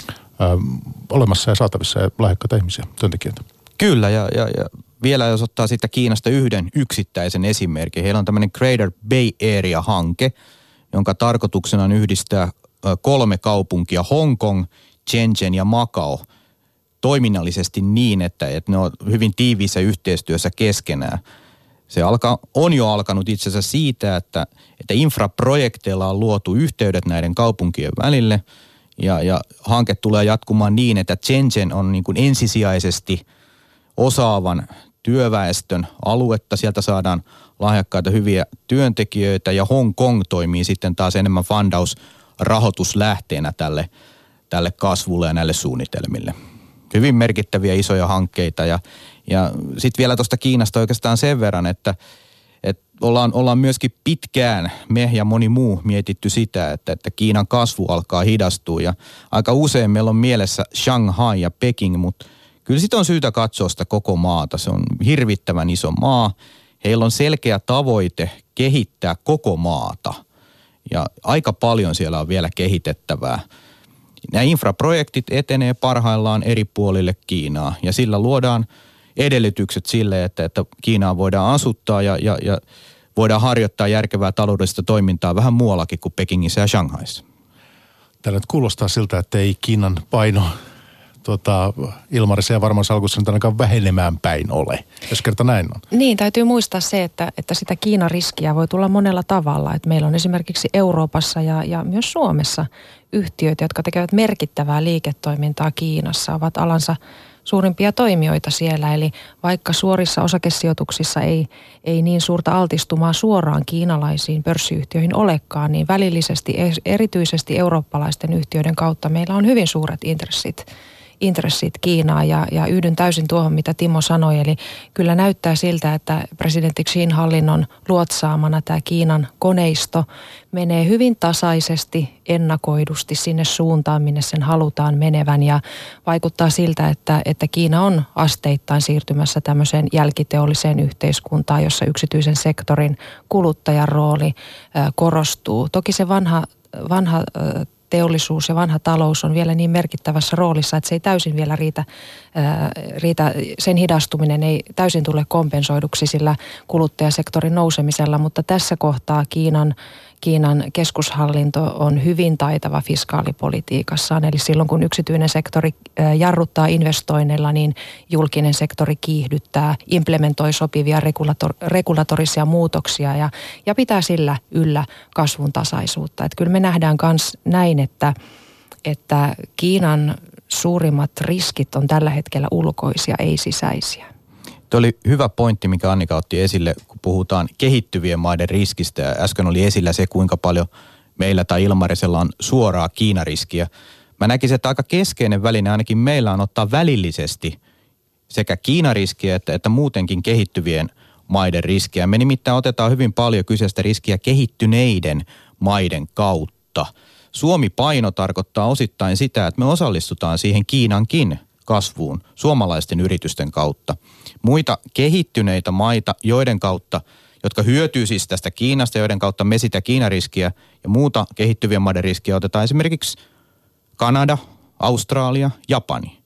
olemassa ja saatavissa ja lahjakkaita ihmisiä, työntekijöitä. Kyllä ja vielä jos ottaa siitä Kiinasta yhden yksittäisen esimerkin. Heillä on tämmöinen Greater Bay Area-hanke, jonka tarkoituksena on yhdistää 3 kaupunkia, Hong Kong, Shenzhen ja Macao, toiminnallisesti niin, että ne on hyvin tiiviissä yhteistyössä keskenään. Se on jo alkanut itse asiassa siitä, että infraprojekteilla on luotu yhteydet näiden kaupunkien välille ja hanke tulee jatkumaan niin, että Shenzhen on niin kuin ensisijaisesti osaavan työväestön aluetta. Sieltä saadaan lahjakkaita hyviä työntekijöitä ja Hong Kong toimii sitten taas enemmän fundausrahoituslähteenä tälle kasvulle ja näille suunnitelmille. Hyvin merkittäviä isoja hankkeita ja sitten vielä tuosta Kiinasta oikeastaan sen verran, että ollaan myöskin pitkään me ja moni muu mietitty sitä, että Kiinan kasvu alkaa hidastua ja aika usein meillä on mielessä Shanghai ja Peking, mutta kyllä sitten on syytä katsoa sitä koko maata. Se on hirvittävän iso maa. Heillä on selkeä tavoite kehittää koko maata ja aika paljon siellä on vielä kehitettävää. Nämä infraprojektit etenee parhaillaan eri puolille Kiinaa ja sillä luodaan edellytykset sille, että Kiinaa voidaan asuttaa ja voidaan harjoittaa järkevää taloudellista toimintaa vähän muuallakin kuin Pekingissä ja Shanghaissa. Tällä nyt kuulostaa siltä, että ei Kiinan paino Ilmarissa ja varmaan salkussa nyt ainakaan vähenemään päin ole, jos kerta näin on. Niin, täytyy muistaa se, että sitä Kiinan riskiä voi tulla monella tavalla. Että meillä on esimerkiksi Euroopassa ja myös Suomessa yhtiöitä, jotka tekevät merkittävää liiketoimintaa Kiinassa, ovat alansa suurimpia toimijoita siellä. Eli vaikka suorissa osakesijoituksissa ei niin suurta altistumaa suoraan kiinalaisiin pörssiyhtiöihin olekaan, niin välillisesti erityisesti eurooppalaisten yhtiöiden kautta meillä on hyvin suuret intressit Kiinaan ja yhdyn täysin tuohon, mitä Timo sanoi. Eli kyllä näyttää siltä, että presidentti Xin hallinnon luotsaamana tämä Kiinan koneisto menee hyvin tasaisesti, ennakoidusti sinne suuntaan, minne sen halutaan menevän. Ja vaikuttaa siltä, että Kiina on asteittain siirtymässä tämmöiseen jälkiteolliseen yhteiskuntaan, jossa yksityisen sektorin kuluttajan rooli korostuu. Toki se vanha teollisuus ja vanha talous on vielä niin merkittävässä roolissa, että se ei täysin vielä riitä, sen hidastuminen ei täysin tule kompensoiduksi sillä kuluttajasektorin nousemisella, mutta tässä kohtaa Kiinan keskushallinto on hyvin taitava fiskaalipolitiikassaan, eli silloin kun yksityinen sektori jarruttaa investoinneilla, niin julkinen sektori kiihdyttää, implementoi sopivia regulatorisia muutoksia ja pitää sillä yllä kasvun tasaisuutta. Että kyllä me nähdään myös näin, että Kiinan suurimmat riskit on tällä hetkellä ulkoisia, ei sisäisiä. Tuo oli hyvä pointti, mikä Annika otti esille, kun puhutaan kehittyvien maiden riskistä. Ja äsken oli esillä se, kuinka paljon meillä tai Ilmarisella on suoraa Kiinariskiä. Mä näkisin, että aika keskeinen väline ainakin meillä on ottaa välillisesti sekä Kiinariskiä että muutenkin kehittyvien maiden riskiä. Me nimittäin otetaan hyvin paljon kyseistä riskiä kehittyneiden maiden kautta. Suomi-paino tarkoittaa osittain sitä, että me osallistutaan siihen Kiinankin kasvuun suomalaisten yritysten kautta. Muita kehittyneitä maita, jotka hyötyy siis tästä Kiinasta, joiden kautta me sitä Kiinariskiä ja muuta kehittyvien maiden riskiä otetaan esimerkiksi Kanada, Australia, Japani.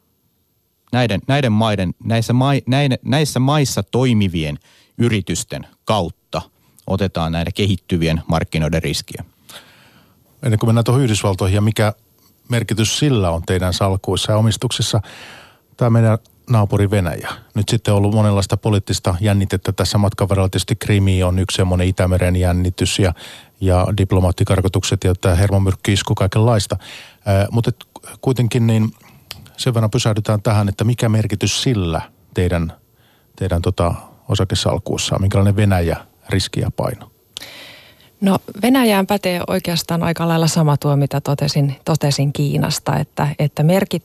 Näiden maiden, näissä maissa toimivien yritysten kautta otetaan näiden kehittyvien markkinoiden riskiä. Ennen kuin mennään tuohon Yhdysvaltoihin ja mikä merkitys sillä on teidän salkuissa ja omistuksissa. Tämä meidän naapuri Venäjä. Nyt sitten on ollut monenlaista poliittista jännitettä tässä matkan varrella. Tietysti Krimi on yksi semmoinen Itämeren jännitys ja diplomaattikarkotukset ja tämä hermomyrkky-isku kaikenlaista. Mutta kuitenkin niin sen verran pysähdytään tähän, että mikä merkitys sillä teidän osakesalkuussa on, minkälainen Venäjä riski ja paino? No Venäjään pätee oikeastaan aika lailla sama tuo, mitä totesin Kiinasta, että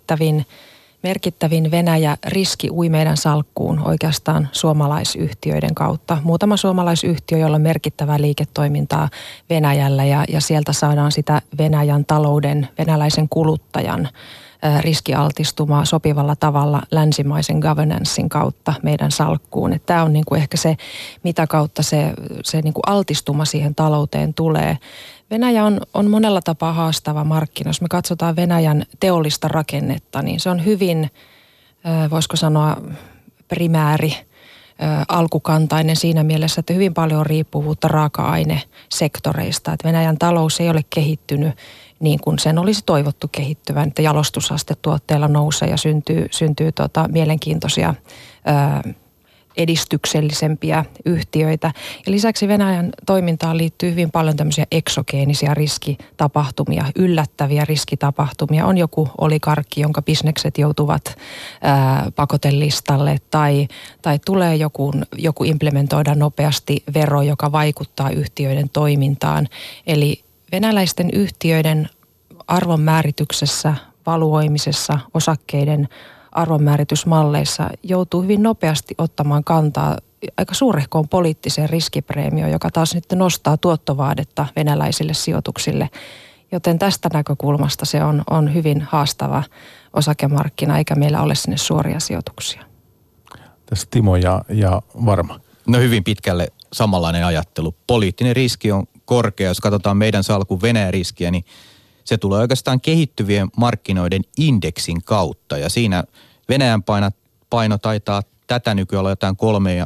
merkittävin Venäjä-riski ui meidän salkkuun oikeastaan suomalaisyhtiöiden kautta. Muutama suomalaisyhtiö, jolla on merkittävää liiketoimintaa Venäjällä ja sieltä saadaan sitä Venäjän talouden, venäläisen kuluttajan riskialtistumaa sopivalla tavalla länsimaisen governancein kautta meidän salkkuun. Että tämä on niin kuin ehkä se, mitä kautta se niin kuin altistuma siihen talouteen tulee. Venäjä on monella tapaa haastava markkina. Jos me katsotaan Venäjän teollista rakennetta, niin se on hyvin, voisiko sanoa, primääri, alkukantainen siinä mielessä, että hyvin paljon on riippuvuutta raaka-ainesektoreista. Että Venäjän talous ei ole kehittynyt niin kuin sen olisi toivottu kehittyvän, että jalostusaste tuotteilla nousee ja syntyy mielenkiintoisia edistyksellisempiä yhtiöitä. Ja lisäksi Venäjän toimintaan liittyy hyvin paljon tämmöisiä eksogeenisia riskitapahtumia, yllättäviä riskitapahtumia. On joku oligarkki, jonka bisnekset joutuvat pakotelistalle tai tulee joku implementoida nopeasti vero, joka vaikuttaa yhtiöiden toimintaan. Eli venäläisten yhtiöiden arvonmäärityksessä, valuoimisessa, osakkeiden arvonmääritysmalleissa joutuu hyvin nopeasti ottamaan kantaa aika suurehkoon poliittiseen riskipreemioon, joka taas nyt nostaa tuottovaadetta venäläisille sijoituksille. Joten tästä näkökulmasta se on hyvin haastava osakemarkkina, eikä meillä ole sinne suoria sijoituksia. Tässä Timo ja Varma. No hyvin pitkälle samanlainen ajattelu. Poliittinen riski on korkea. Jos katsotaan meidän salkun Venäjä-riskiä, niin se tulee oikeastaan kehittyvien markkinoiden indeksin kautta. Ja siinä Venäjän paino taitaa tätä nykyään olla jotain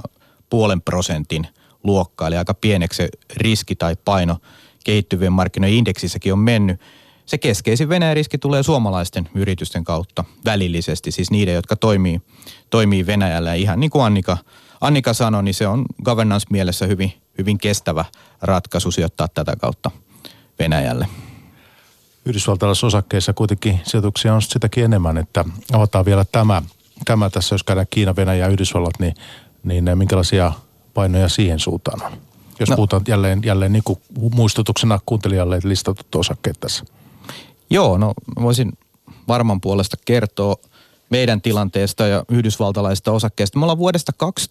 3,5% luokkaa. Eli aika pieneksi se riski tai paino kehittyvien markkinoiden indeksissäkin on mennyt. Se keskeisin Venäjän riski tulee suomalaisten yritysten kautta välillisesti, siis niiden, jotka toimii Venäjällä. Ja ihan niin kuin Annika sanoi, niin se on governance-mielessä hyvin kestävä ratkaisu sijoittaa tätä kautta Venäjälle. Yhdysvaltalaisissa osakkeissa kuitenkin sijoituksia on sitäkin enemmän, että avataan vielä tämä tässä, jos käydään Kiina, Venäjä ja Yhdysvallat, niin minkälaisia painoja siihen suuntaan on? Jos puhutaan jälleen niin kuin muistutuksena kuuntelijalle, että listatut osakkeet tässä. Joo, no voisin Varman puolesta kertoa meidän tilanteesta ja yhdysvaltalaisista osakkeista. Me ollaan vuodesta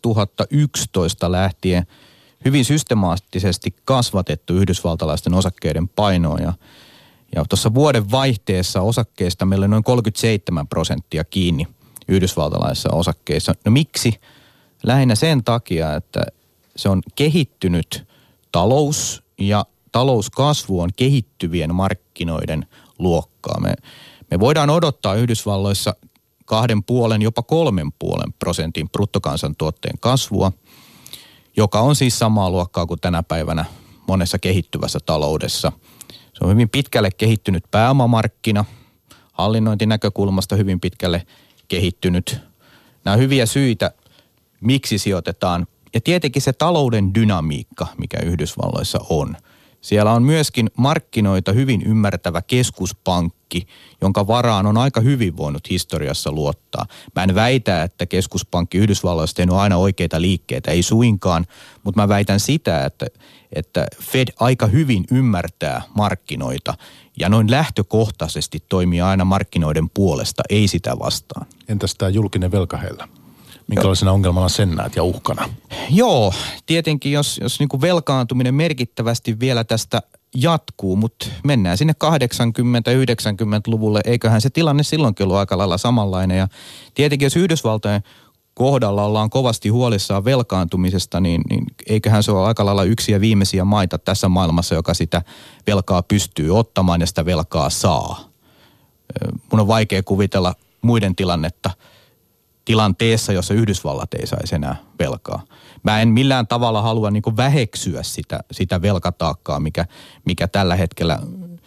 2011 lähtien hyvin systemaattisesti kasvatettu yhdysvaltalaisten osakkeiden painoa ja tuossa vuoden vaihteessa osakkeista meillä on noin 37% kiinni yhdysvaltalaisissa osakkeissa. No miksi? Lähinnä sen takia, että se on kehittynyt talous ja talouskasvu on kehittyvien markkinoiden luokkaa. Me voidaan odottaa Yhdysvalloissa 2,5 jopa 3,5% bruttokansantuotteen kasvua, joka on siis samaa luokkaa kuin tänä päivänä monessa kehittyvässä taloudessa. Se on hyvin pitkälle kehittynyt pääomamarkkina, hallinnointinäkökulmasta hyvin pitkälle kehittynyt. Nämä on hyviä syitä, miksi sijoitetaan. Ja tietenkin se talouden dynamiikka, mikä Yhdysvalloissa on. Siellä on myöskin markkinoita hyvin ymmärtävä keskuspankki, jonka varaan on aika hyvin voinut historiassa luottaa. Mä en väitä, että keskuspankki Yhdysvalloissa on tehnyt aina oikeita liikkeitä, ei suinkaan, mutta mä väitän sitä, että Fed aika hyvin ymmärtää markkinoita ja noin lähtökohtaisesti toimii aina markkinoiden puolesta, ei sitä vastaan. Entäs tämä julkinen velka heillä? Minkälaisena ongelmana sen näet ja uhkana? Joo, tietenkin jos niin kuin velkaantuminen merkittävästi vielä tästä jatkuu, mutta mennään sinne 80-90-luvulle, eiköhän se tilanne silloinkin ollut aika lailla samanlainen. Ja tietenkin jos Yhdysvaltojen kohdalla ollaan kovasti huolissaan velkaantumisesta, niin eiköhän se ole aika lailla yksi ja viimeisiä maita tässä maailmassa, joka sitä velkaa pystyy ottamaan ja sitä velkaa saa. Mun on vaikea kuvitella muiden tilanteessa, jossa Yhdysvallat ei saisi enää velkaa. Mä en millään tavalla halua niin kuin väheksyä sitä velkataakkaa, mikä tällä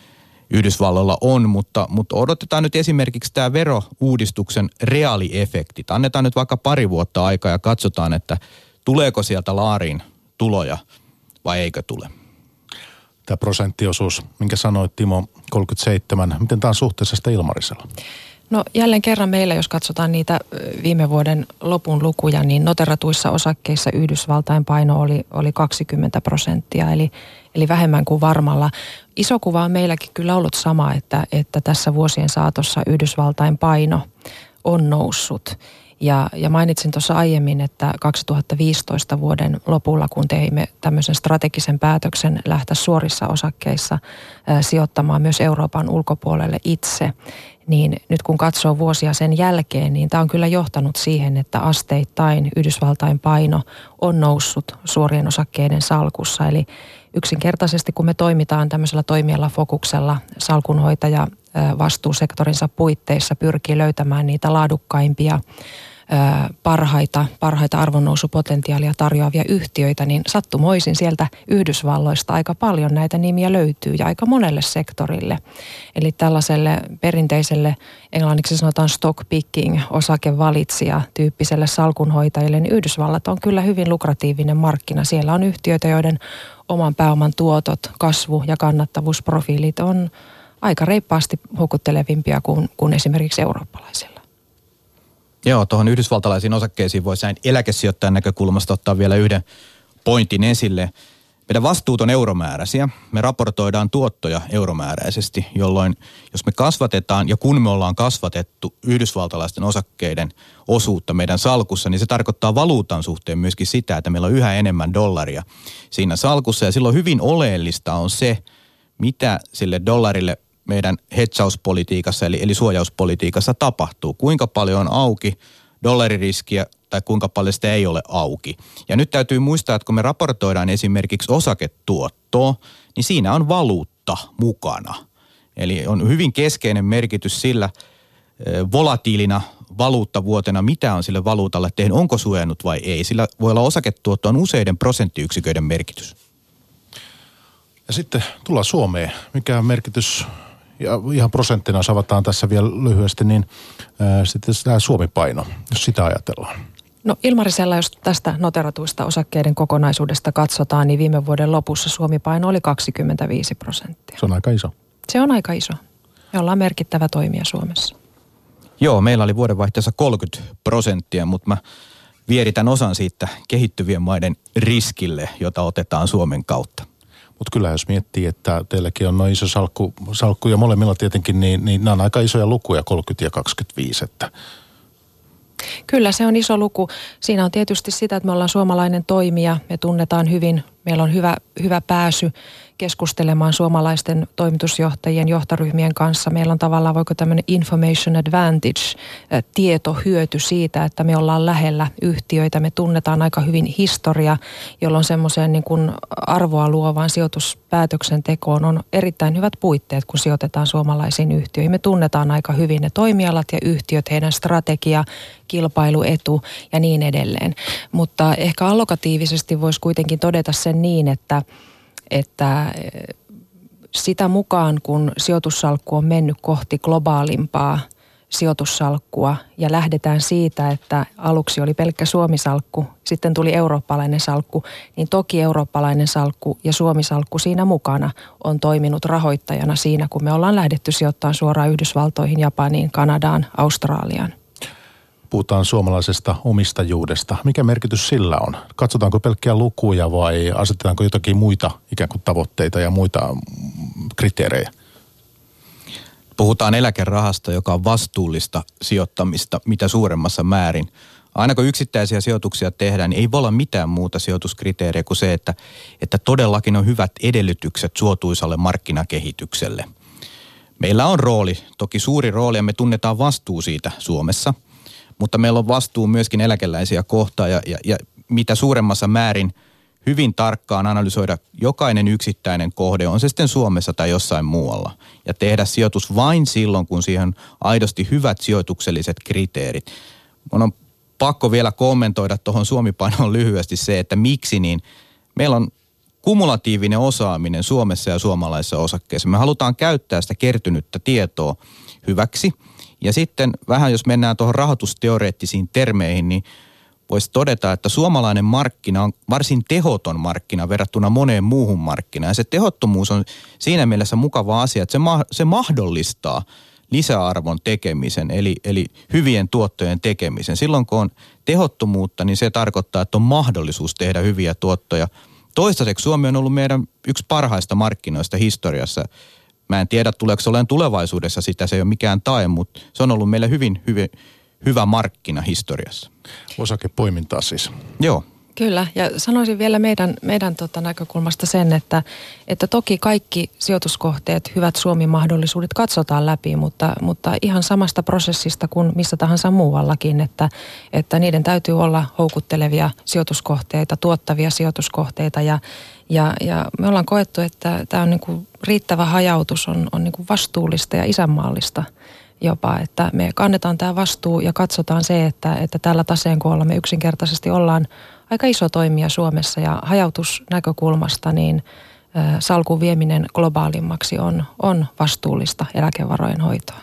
Yhdysvalloilla on, mutta odotetaan nyt esimerkiksi tämä verouudistuksen reaaliefektit. Annetaan nyt vaikka pari vuotta aikaa ja katsotaan, että tuleeko sieltä laariin tuloja vai eikö tule. Tämä prosenttiosuus, minkä sanoit Timo, 37, miten tämä on suhteessa sitä Ilmarisella? No jälleen kerran meillä, jos katsotaan niitä viime vuoden lopun lukuja, niin noteratuissa osakkeissa Yhdysvaltain paino oli 20%, eli vähemmän kuin varmalla. Iso kuva on meilläkin kyllä ollut sama, että tässä vuosien saatossa Yhdysvaltain paino on noussut. Ja mainitsin tuossa aiemmin, että 2015 vuoden lopulla, kun teimme tämmöisen strategisen päätöksen lähteä suorissa osakkeissa sijoittamaan myös Euroopan ulkopuolelle itse, niin nyt kun katsoo vuosia sen jälkeen, niin tämä on kyllä johtanut siihen, että asteittain Yhdysvaltain paino on noussut suorien osakkeiden salkussa. Eli yksinkertaisesti kun me toimitaan tämmöisellä toimialafokuksella, salkunhoitaja vastuusektorinsa puitteissa pyrkii löytämään niitä laadukkaimpia, parhaita arvonnousupotentiaalia tarjoavia yhtiöitä, niin sattumoisin sieltä Yhdysvalloista aika paljon näitä nimiä löytyy ja aika monelle sektorille. Eli tällaiselle perinteiselle, englanniksi sanotaan stock picking, osakevalitsija tyyppiselle salkunhoitajille, niin Yhdysvallat on kyllä hyvin lukratiivinen markkina. Siellä on yhtiöitä, joiden oman pääoman tuotot, kasvu- ja kannattavuusprofiilit on aika reippaasti houkuttelevimpia kuin esimerkiksi eurooppalaisilla. Joo, tuohon yhdysvaltalaisiin osakkeisiin voisi näin eläkesijoittajan näkökulmasta ottaa vielä yhden pointin esille. Meidän vastuut on euromääräisiä. Me raportoidaan tuottoja euromääräisesti, jolloin jos me kasvatetaan ja kun me ollaan kasvatettu yhdysvaltalaisten osakkeiden osuutta meidän salkussa, niin se tarkoittaa valuutan suhteen myöskin sitä, että meillä on yhä enemmän dollaria siinä salkussa. Ja silloin hyvin oleellista on se, mitä sille dollarille meidän hedgeauspolitiikassa eli suojauspolitiikassa tapahtuu. Kuinka paljon on auki dollaririskiä tai kuinka paljon sitä ei ole auki. Ja nyt täytyy muistaa, että kun me raportoidaan esimerkiksi osaketuottoa, niin siinä on valuutta mukana. Eli on hyvin keskeinen merkitys sillä volatiilina valuuttavuotena, mitä on sille valuutalle tehnyt, onko suojannut vai ei. Sillä voi olla osaketuotto on useiden prosenttiyksiköiden merkitys. Ja sitten tullaan Suomeen. Mikä on merkitys, ja ihan prosenttina jos avataan tässä vielä lyhyesti, niin sitten tämä Suomi-paino, jos sitä ajatellaan. No Ilmarisella, jos tästä noteratuista osakkeiden kokonaisuudesta katsotaan, niin viime vuoden lopussa Suomi-paino oli 25%. Se on aika iso. Se on aika iso. Me ollaan merkittävä toimija Suomessa. Joo, meillä oli vuodenvaihteessa 30%, mutta mä vieritän osan siitä kehittyvien maiden riskille, jota otetaan Suomen kautta. Mutta kyllä jos miettii, että teilläkin on noin iso salkku ja molemmilla tietenkin, niin nämä on aika isoja lukuja, 30 ja 25. Että. Kyllä se on iso luku. Siinä on tietysti sitä, että me ollaan suomalainen toimija, me tunnetaan hyvin, meillä on hyvä pääsy keskustelemaan suomalaisten toimitusjohtajien, johtoryhmien kanssa. Meillä on tavallaan, voiko tämmöinen information advantage, tietohyöty siitä, että me ollaan lähellä yhtiöitä. Me tunnetaan aika hyvin historia, jolloin semmoiseen niin kuin arvoa luovaan sijoituspäätöksentekoon on erittäin hyvät puitteet, kun sijoitetaan suomalaisiin yhtiöihin. Me tunnetaan aika hyvin ne toimialat ja yhtiöt, heidän strategia, kilpailuetu ja niin edelleen. Mutta ehkä allokatiivisesti voisi kuitenkin todeta sen niin, että sitä mukaan, kun sijoitussalkku on mennyt kohti globaalimpaa sijoitussalkkua ja lähdetään siitä, että aluksi oli pelkkä Suomi-salkku, sitten tuli eurooppalainen salkku, niin toki eurooppalainen salkku ja Suomi-salkku siinä mukana on toiminut rahoittajana siinä, kun me ollaan lähdetty sijoittamaan suoraan Yhdysvaltoihin, Japaniin, Kanadaan, Australiaan. Puhutaan suomalaisesta omistajuudesta. Mikä merkitys sillä on? Katsotaanko pelkkiä lukuja vai asetetaanko jotakin muita ikään kuin tavoitteita ja muita kriteerejä? Puhutaan eläkerahasta, joka on vastuullista sijoittamista mitä suuremmassa määrin. Aina kun yksittäisiä sijoituksia tehdään, niin ei voi olla mitään muuta sijoituskriteeriä kuin se, että todellakin on hyvät edellytykset suotuisalle markkinakehitykselle. Meillä on rooli, toki suuri rooli ja me tunnetaan vastuu siitä Suomessa. Mutta meillä on vastuu myöskin eläkeläisiä kohtaan ja mitä suuremmassa määrin hyvin tarkkaan analysoida jokainen yksittäinen kohde, on se sitten Suomessa tai jossain muualla. Ja tehdä sijoitus vain silloin, kun siihen on aidosti hyvät sijoitukselliset kriteerit. Mun on pakko vielä kommentoida tuohon Suomi-painoon lyhyesti se, että miksi niin. Meillä on kumulatiivinen osaaminen Suomessa ja suomalaisissa osakkeissa. Me halutaan käyttää sitä kertynyttä tietoa hyväksi. Ja sitten vähän jos mennään tuohon rahoitusteoreettisiin termeihin, niin voisi todeta, että suomalainen markkina on varsin tehoton markkina verrattuna moneen muuhun markkinaan. Ja se tehottomuus on siinä mielessä mukava asia, että se mahdollistaa lisäarvon tekemisen, eli hyvien tuottojen tekemisen. Silloin kun on tehottomuutta, niin se tarkoittaa, että on mahdollisuus tehdä hyviä tuottoja. Toistaiseksi Suomi on ollut meidän yksi parhaista markkinoista historiassa. Mä en tiedä, tuleeko se olemaan tulevaisuudessa sitä, se ei ole mikään tae, mutta se on ollut meille hyvin hyvä markkina historiassa. Osakepoimintaa siis. Joo. Kyllä, ja sanoisin vielä meidän näkökulmasta sen, että toki kaikki sijoituskohteet, hyvät Suomi-mahdollisuudet katsotaan läpi, mutta ihan samasta prosessista kuin missä tahansa muuallakin, että niiden täytyy olla houkuttelevia sijoituskohteita, tuottavia sijoituskohteita ja me ollaan koettu, että tämä on niin kuin riittävä hajautus on niin kuin vastuullista ja isänmaallista jopa, että me kannetaan tämä vastuu ja katsotaan se, että tällä taseenkoolla me yksinkertaisesti ollaan aika iso toimija Suomessa ja hajautusnäkökulmasta niin salkun vieminen globaalimmaksi on vastuullista eläkevarojen hoitoa.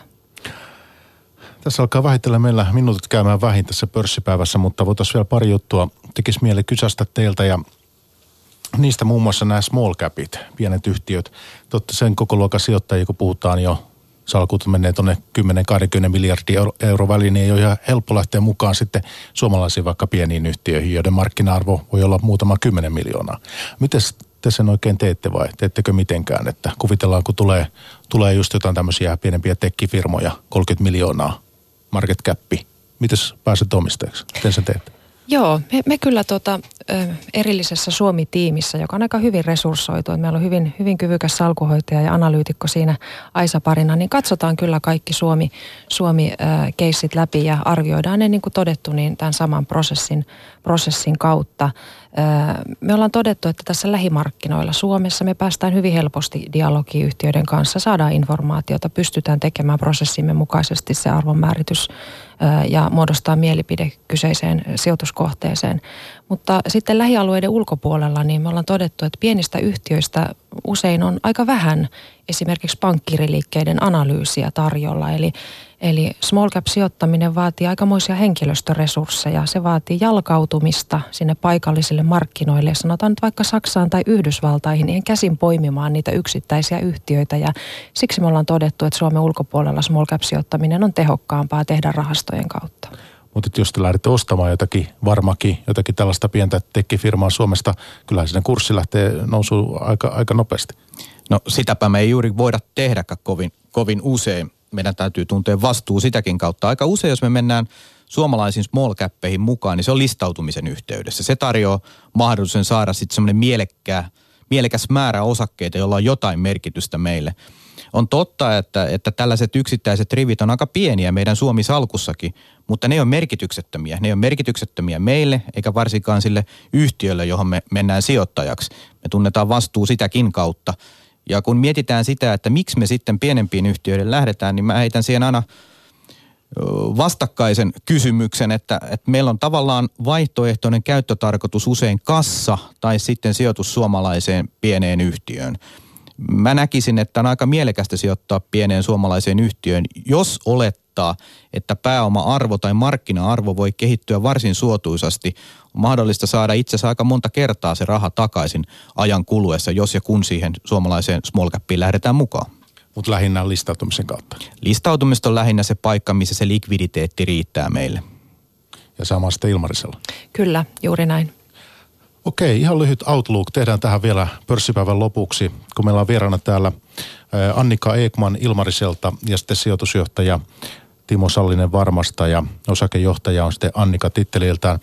Tässä alkaa vähitellen meillä minuutit käymään vähin tässä pörssipäivässä, mutta voitaisiin vielä pari juttua. Tekisi mieli kysästä teiltä ja niistä muun muassa nämä small capit, pienet yhtiöt. Totta sen koko luokan sijoittajia, kun puhutaan jo, salkut menee tuonne 10-20 miljardia euro väliin, niin ei ole ihan helppo lähteä mukaan sitten suomalaisiin vaikka pieniin yhtiöihin, joiden markkina-arvo voi olla muutama 10 miljoonaa. Miten te sen oikein teette vai teettekö mitenkään, että kuvitellaan, kun tulee just jotain tämmöisiä pienempiä tekkifirmoja, 30 miljoonaa market cappi. Miten pääset omistajaksi? Miten sen teette? Joo, me kyllä erillisessä Suomi-tiimissä, joka on aika hyvin resurssoitu, että meillä on hyvin kyvykäs salkuhoitaja ja analyytikko siinä Aisa-parina, niin katsotaan kyllä kaikki Suomi-keissit läpi ja arvioidaan ne niin kuin todettu niin tämän saman prosessin kautta. Me ollaan todettu, että tässä lähimarkkinoilla Suomessa me päästään hyvin helposti dialogiin yhtiöiden kanssa, saadaan informaatiota, pystytään tekemään prosessimme mukaisesti se arvonmääritys ja muodostaa mielipide kyseiseen sijoituskohteeseen. Mutta sitten lähialueiden ulkopuolella niin me ollaan todettu, että pienistä yhtiöistä usein on aika vähän esimerkiksi pankkiriliikkeiden analyysiä tarjolla. Eli small cap sijoittaminen vaatii aikamoisia henkilöstöresursseja. Se vaatii jalkautumista sinne paikallisille markkinoille. Ja sanotaan nyt vaikka Saksaan tai Yhdysvaltaihin, niin käsin poimimaan niitä yksittäisiä yhtiöitä. Ja siksi me ollaan todettu, että Suomen ulkopuolella small cap sijoittaminen on tehokkaampaa tehdä rahastojen kautta. Mutta jos te lähdette ostamaan jotakin tällaista pientä tekkifirmaa Suomesta, kyllähän siinä kurssi lähtee nousuun aika nopeasti. No sitäpä me ei juuri voida tehdäkään kovin usein. Meidän täytyy tuntea vastuu sitäkin kautta. Aika usein, jos me mennään suomalaisiin small cappeihin mukaan, niin se on listautumisen yhteydessä. Se tarjoaa mahdollisuuden saada sitten semmoinen mielekäs määrä osakkeita, jolla on jotain merkitystä meille. On totta, että tällaiset yksittäiset rivit on aika pieniä meidän Suomi-salkussakin, mutta ne on merkityksettömiä. Ne on merkityksettömiä meille, eikä varsinkaan sille yhtiölle, johon me mennään sijoittajaksi. Me tunnetaan vastuu sitäkin kautta. Ja kun mietitään sitä, että miksi me sitten pienempiin yhtiöiden lähdetään, niin mä heitän siihen aina vastakkaisen kysymyksen, että meillä on tavallaan vaihtoehtoinen käyttötarkoitus usein kassa tai sitten sijoitus suomalaiseen pieneen yhtiöön. Mä näkisin, että on aika mielekästä sijoittaa pieneen suomalaiseen yhtiöön, jos olettaa, että pääoma-arvo tai markkina-arvo voi kehittyä varsin suotuisasti. On mahdollista saada itse asiassa aika monta kertaa se raha takaisin ajan kuluessa, jos ja kun siihen suomalaiseen small capiin lähdetään mukaan. Mutta lähinnä listautumisen kautta. Listautumista on lähinnä se paikka, missä se likviditeetti riittää meille. Ja sama sitten Ilmarisella. Kyllä, juuri näin. Okei, ihan lyhyt outlook. Tehdään tähän vielä pörssipäivän lopuksi, kun meillä on vieraana täällä Annika Ekman Ilmariselta ja sitten sijoitusjohtaja Timo Sallinen Varmasta ja osakejohtaja on sitten Annika titteliltään.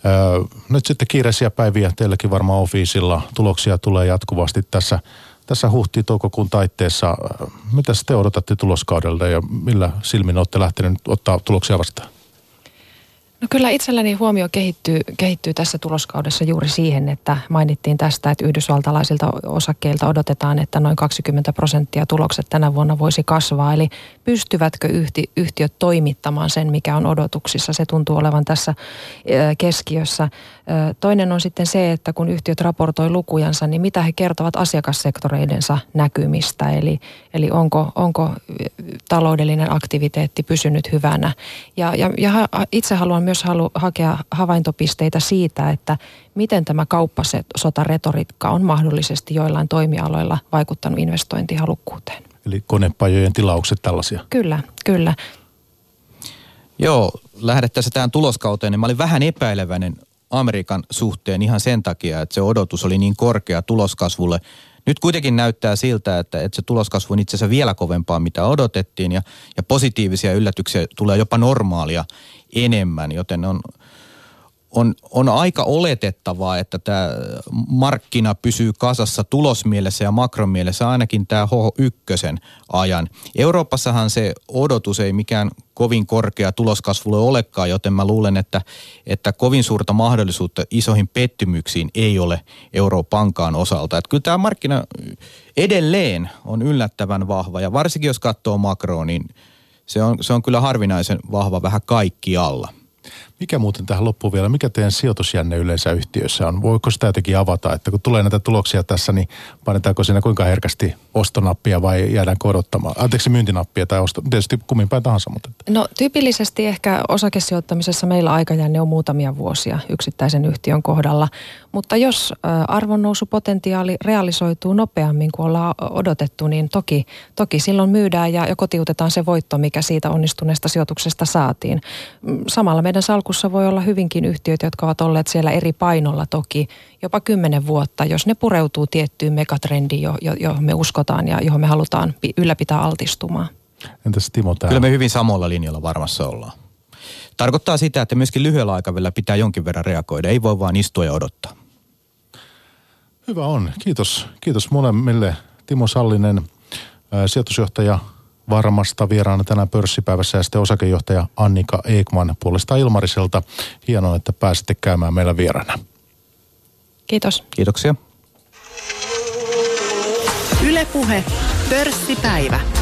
Nyt sitten kiireisiä päiviä teilläkin varmaan ofiisilla. Tuloksia tulee jatkuvasti tässä huhti-toukokuun taitteessa. Mitä te odotatte tuloskaudelta ja millä silmin olette lähteneet ottaa tuloksia vastaan? No kyllä itselläni huomio kehittyy tässä tuloskaudessa juuri siihen, että mainittiin tästä, että yhdysvaltalaisilta osakkeilta odotetaan, että noin 20% tulokset tänä vuonna voisi kasvaa. Eli pystyvätkö yhtiöt toimittamaan sen, mikä on odotuksissa? Se tuntuu olevan tässä keskiössä. Toinen on sitten se, että kun yhtiöt raportoi lukujansa, niin mitä he kertovat asiakassektoreidensa näkymistä. Eli onko taloudellinen aktiviteetti pysynyt hyvänä. Ja itse haluan myös hakea havaintopisteitä siitä, että miten tämä kauppasotaretoriikka on mahdollisesti joillain toimialoilla vaikuttanut investointihalukkuuteen. Eli konepajojen tilaukset tällaisia. Kyllä. Joo, lähdettäessä tähän tuloskauteen, niin mä olin vähän epäileväinen Amerikan suhteen ihan sen takia, että se odotus oli niin korkea tuloskasvulle. Nyt kuitenkin näyttää siltä, että se tuloskasvu on itse asiassa vielä kovempaa, mitä odotettiin, ja positiivisia yllätyksiä tulee jopa normaalia enemmän, joten on aika oletettavaa, että tämä markkina pysyy kasassa tulosmielessä ja makromielessä ainakin tämä H1 ajan. Euroopassahan se odotus ei mikään kovin korkea tuloskasvulle olekaan, joten mä luulen, että kovin suurta mahdollisuutta isoihin pettymyksiin ei ole Euroopankaan osalta. Että kyllä tämä markkina edelleen on yllättävän vahva, ja varsinkin jos katsoo makroa, niin se on kyllä harvinaisen vahva vähän kaikkialla. Mikä muuten tähän loppuun vielä, mikä teidän sijoitusjänne yleensä yhtiössä on? Voiko sitä jotenkin avata, että kun tulee näitä tuloksia tässä, niin painetaanko siinä kuinka herkästi ostonappia vai jäädäänkö odottamaan? Anteeksi, myyntinappia tai tietysti kummin päin tahansa. Mutta. No tyypillisesti ehkä osakesijoittamisessa meillä aikajänne on muutamia vuosia yksittäisen yhtiön kohdalla, mutta jos arvonnousupotentiaali realisoituu nopeammin kuin ollaan odotettu, niin toki silloin myydään ja kotiutetaan se voitto, mikä siitä onnistuneesta sijoituksesta saatiin. Samalla meidän salkussa voi olla hyvinkin yhtiöitä, jotka ovat olleet siellä eri painolla toki jopa 10 vuotta, jos ne pureutuu tiettyyn megatrendiin, johon me uskotaan ja johon me halutaan ylläpitää altistumaan. Entäs Timo täällä? Kyllä me hyvin samalla linjalla varmassa ollaan. Tarkoittaa sitä, että myöskin lyhyellä aikavälillä pitää jonkin verran reagoida. Ei voi vaan istua ja odottaa. Hyvä on. Kiitos molemmille. Timo Sallinen, sijoitusjohtaja Varmasta vieraana tänään pörssipäivässä, ja sitten osakejohtaja Annika Ekman puolestaan Ilmariselta. Hienoa, että pääsitte käymään meillä vieraana. Kiitos. Kiitoksia. Yle Puhe, pörssipäivä.